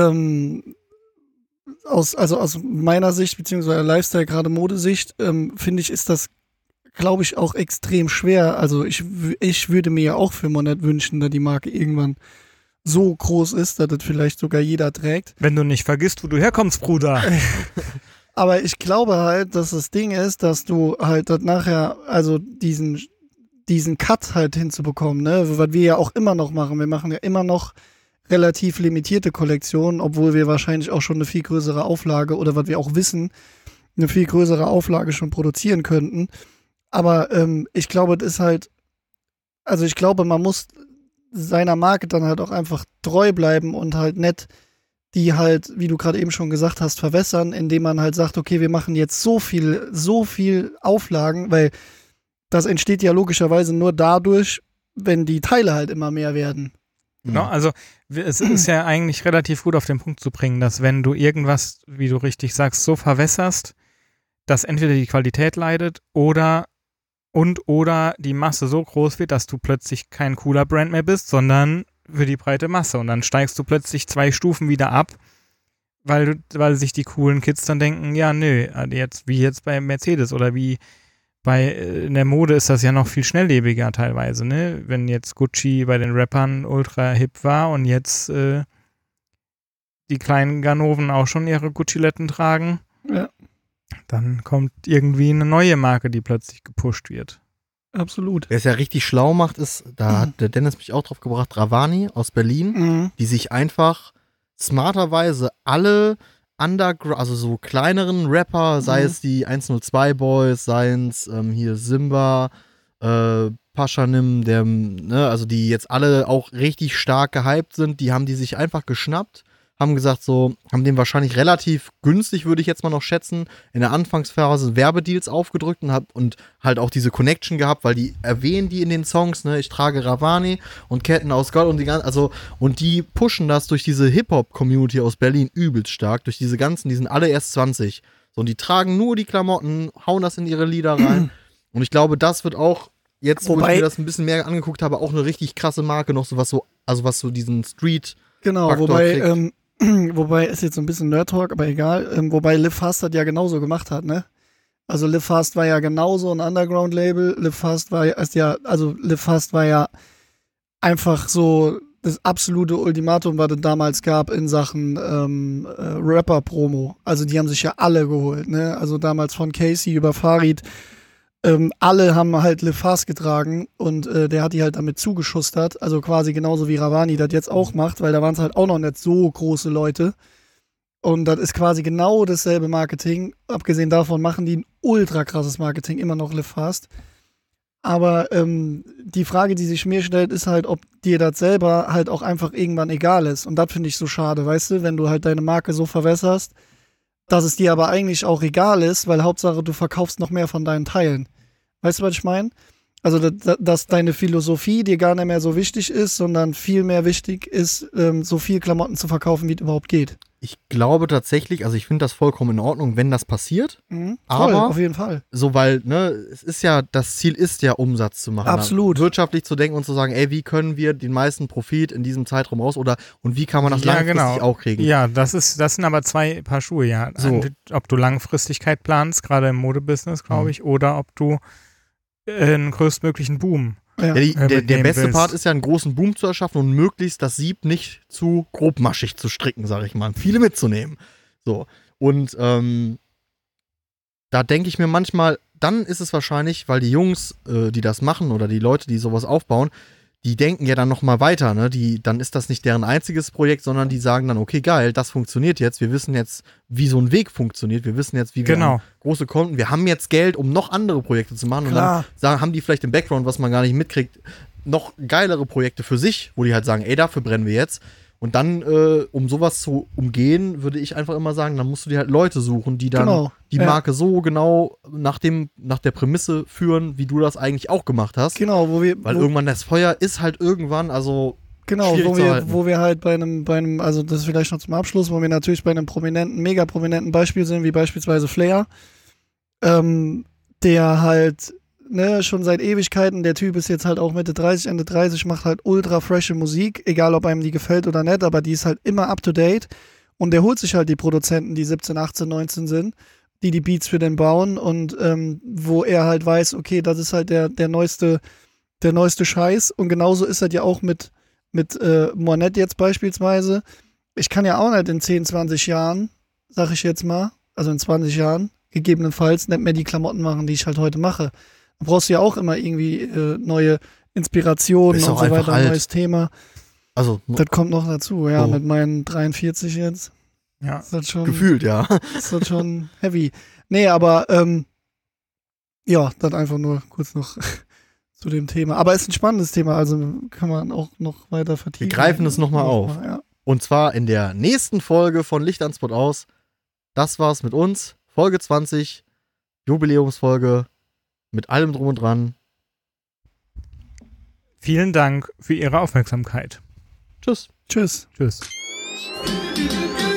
aus meiner Sicht, beziehungsweise Lifestyle, gerade Modesicht, finde ich, ist das, glaube ich, auch extrem schwer. Also ich würde mir ja auch für Monat wünschen, da die Marke irgendwann so groß ist, dass das vielleicht sogar jeder trägt. Wenn du nicht vergisst, wo du herkommst, Bruder. Aber ich glaube halt, dass das Ding ist, dass du halt das nachher, also diesen Cut halt hinzubekommen, ne, was wir ja auch immer noch machen. Wir machen ja immer noch relativ limitierte Kollektionen, obwohl wir wahrscheinlich auch schon eine viel größere Auflage oder was wir auch wissen, eine viel größere Auflage schon produzieren könnten. Aber ich glaube, das ist halt, also ich glaube, man muss seiner Marke dann halt auch einfach treu bleiben und halt nicht die halt, wie du gerade eben schon gesagt hast, verwässern, indem man halt sagt, okay, wir machen jetzt so viel Auflagen, weil das entsteht ja logischerweise nur dadurch, wenn die Teile halt immer mehr werden. Genau, also es ist ja eigentlich relativ gut auf den Punkt zu bringen, dass wenn du irgendwas, wie du richtig sagst, so verwässerst, dass entweder die Qualität leidet oder die Masse so groß wird, dass du plötzlich kein cooler Brand mehr bist, sondern für die breite Masse. Und dann steigst du plötzlich 2 Stufen wieder ab, weil sich die coolen Kids dann denken, ja, nö, wie jetzt bei Mercedes oder wie in der Mode ist das ja noch viel schnelllebiger teilweise, ne? Wenn jetzt Gucci bei den Rappern ultra hip war und jetzt die kleinen Ganoven auch schon ihre Gucciletten tragen, Ja, dann kommt irgendwie eine neue Marke, die plötzlich gepusht wird. absolut. Wer es ja richtig schlau macht, ist, da hat der Dennis mich auch drauf gebracht, Ravani aus Berlin, Mhm. die sich einfach smarterweise alle also so kleineren Rapper, sei es die 102 Boys, sei es hier Simba, Paschanim, also die jetzt alle auch richtig stark gehypt sind, die haben die sich einfach geschnappt, haben gesagt so, haben dem wahrscheinlich relativ günstig, würde ich jetzt mal noch schätzen, in der Anfangsphase Werbedeals aufgedrückt und halt auch diese Connection gehabt, weil die erwähnen die in den Songs, ne, ich trage Ravani und Ketten aus Gold und die pushen das durch diese Hip-Hop-Community aus Berlin übelst stark, durch die sind alle erst 20. So, und die tragen nur die Klamotten, hauen das in ihre Lieder rein. Und ich glaube, das wird auch, jetzt, wo ich mir das ein bisschen mehr angeguckt habe, auch eine richtig krasse Marke noch, was so diesen Street Genau, Faktor wobei ist jetzt so ein bisschen Nerd-Talk, aber egal, wobei Live Fast das ja genauso gemacht hat, ne? Also Live Fast war ja genauso ein Underground-Label, Live Fast war ja einfach so das absolute Ultimatum, was es damals gab in Sachen Rapper-Promo. Also die haben sich ja alle geholt, ne? Also damals von Casey über Farid, alle haben halt Live Fast getragen und der hat die halt damit zugeschustert, also quasi genauso wie Ravani das jetzt auch macht, weil da waren es halt auch noch nicht so große Leute und das ist quasi genau dasselbe Marketing, abgesehen davon machen die ein ultra krasses Marketing, immer noch Live Fast, aber die Frage, die sich mir stellt, ist halt, ob dir das selber halt auch einfach irgendwann egal ist und das finde ich so schade, weißt du, wenn du halt deine Marke so verwässerst, dass es dir aber eigentlich auch egal ist, weil Hauptsache du verkaufst noch mehr von deinen Teilen. Weißt du, was ich meine? Also, dass deine Philosophie dir gar nicht mehr so wichtig ist, sondern viel mehr wichtig ist, so viel Klamotten zu verkaufen, wie es überhaupt geht. Ich glaube tatsächlich, also ich finde das vollkommen in Ordnung, wenn das passiert. Voll, Aber auf jeden Fall. so, weil, ne, das Ziel ist ja, Umsatz zu machen. Absolut. Wirtschaftlich zu denken und zu sagen, ey, wie können wir den meisten Profit in diesem Zeitraum und wie kann man das langfristig auch kriegen? Ja, das sind aber 2 Paar Schuhe, ja. So. Ob du Langfristigkeit planst, gerade im Modebusiness, glaube ich, oder ob du einen größtmöglichen Boom Ja, der mitnehmen beste willst. Part ist ja, einen großen Boom zu erschaffen und möglichst das Sieb nicht zu grobmaschig zu stricken, sag ich mal. Viele mitzunehmen. So. Und da denke ich mir manchmal, dann ist es wahrscheinlich, weil die Jungs, die das machen oder die Leute, die sowas aufbauen, die denken ja dann noch mal weiter, ne? Dann ist das nicht deren einziges Projekt, sondern die sagen dann, okay, geil, das funktioniert jetzt. Wir wissen jetzt, wie so ein Weg funktioniert. Wir wissen jetzt, wie wir an große Konten, wir haben jetzt Geld, um noch andere Projekte zu machen. Klar. Und dann haben die vielleicht im Background, was man gar nicht mitkriegt, noch geilere Projekte für sich, wo die halt sagen, ey, dafür brennen wir jetzt. Und dann, um sowas zu umgehen, würde ich einfach immer sagen, dann musst du dir halt Leute suchen, die dann die Marke so genau nach der Prämisse führen, wie du das eigentlich auch gemacht hast. Genau, Weil irgendwann das Feuer ist halt irgendwann, also genau, schwierig zu halten. wo wir halt bei einem, also das ist vielleicht noch zum Abschluss, wo wir natürlich bei einem mega prominenten Beispiel sind, wie beispielsweise Flair, der halt, ne, schon seit Ewigkeiten, der Typ ist jetzt halt auch Mitte 30, Ende 30, macht halt ultra frische Musik, egal ob einem die gefällt oder nicht, aber die ist halt immer up to date und der holt sich halt die Produzenten, die 17, 18, 19 sind, die Beats für den bauen und wo er halt weiß, okay, das ist halt der neueste Scheiß und genauso ist das ja auch mit Monet jetzt beispielsweise. Ich kann ja auch nicht in 10, 20 Jahren, sag ich jetzt mal, also in 20 Jahren, gegebenenfalls nicht mehr die Klamotten machen, die ich halt heute mache. Da brauchst du ja auch immer irgendwie neue Inspirationen und so weiter, ein neues Thema. Also, das kommt noch dazu, ja, so. mit meinen 43 jetzt. Ja, ist das schon, gefühlt, ja. Ist das schon heavy. Nee, aber ja, das einfach nur kurz noch zu dem Thema. Aber es ist ein spannendes Thema, also kann man auch noch weiter vertiefen. Wir greifen es nochmal auf. Ja. Und zwar in der nächsten Folge von Licht an Spot aus. Das war's mit uns. Folge 20, Jubiläumsfolge, mit allem drum und dran. Vielen Dank für Ihre Aufmerksamkeit. Tschüss. Tschüss. Tschüss. Du, du, du.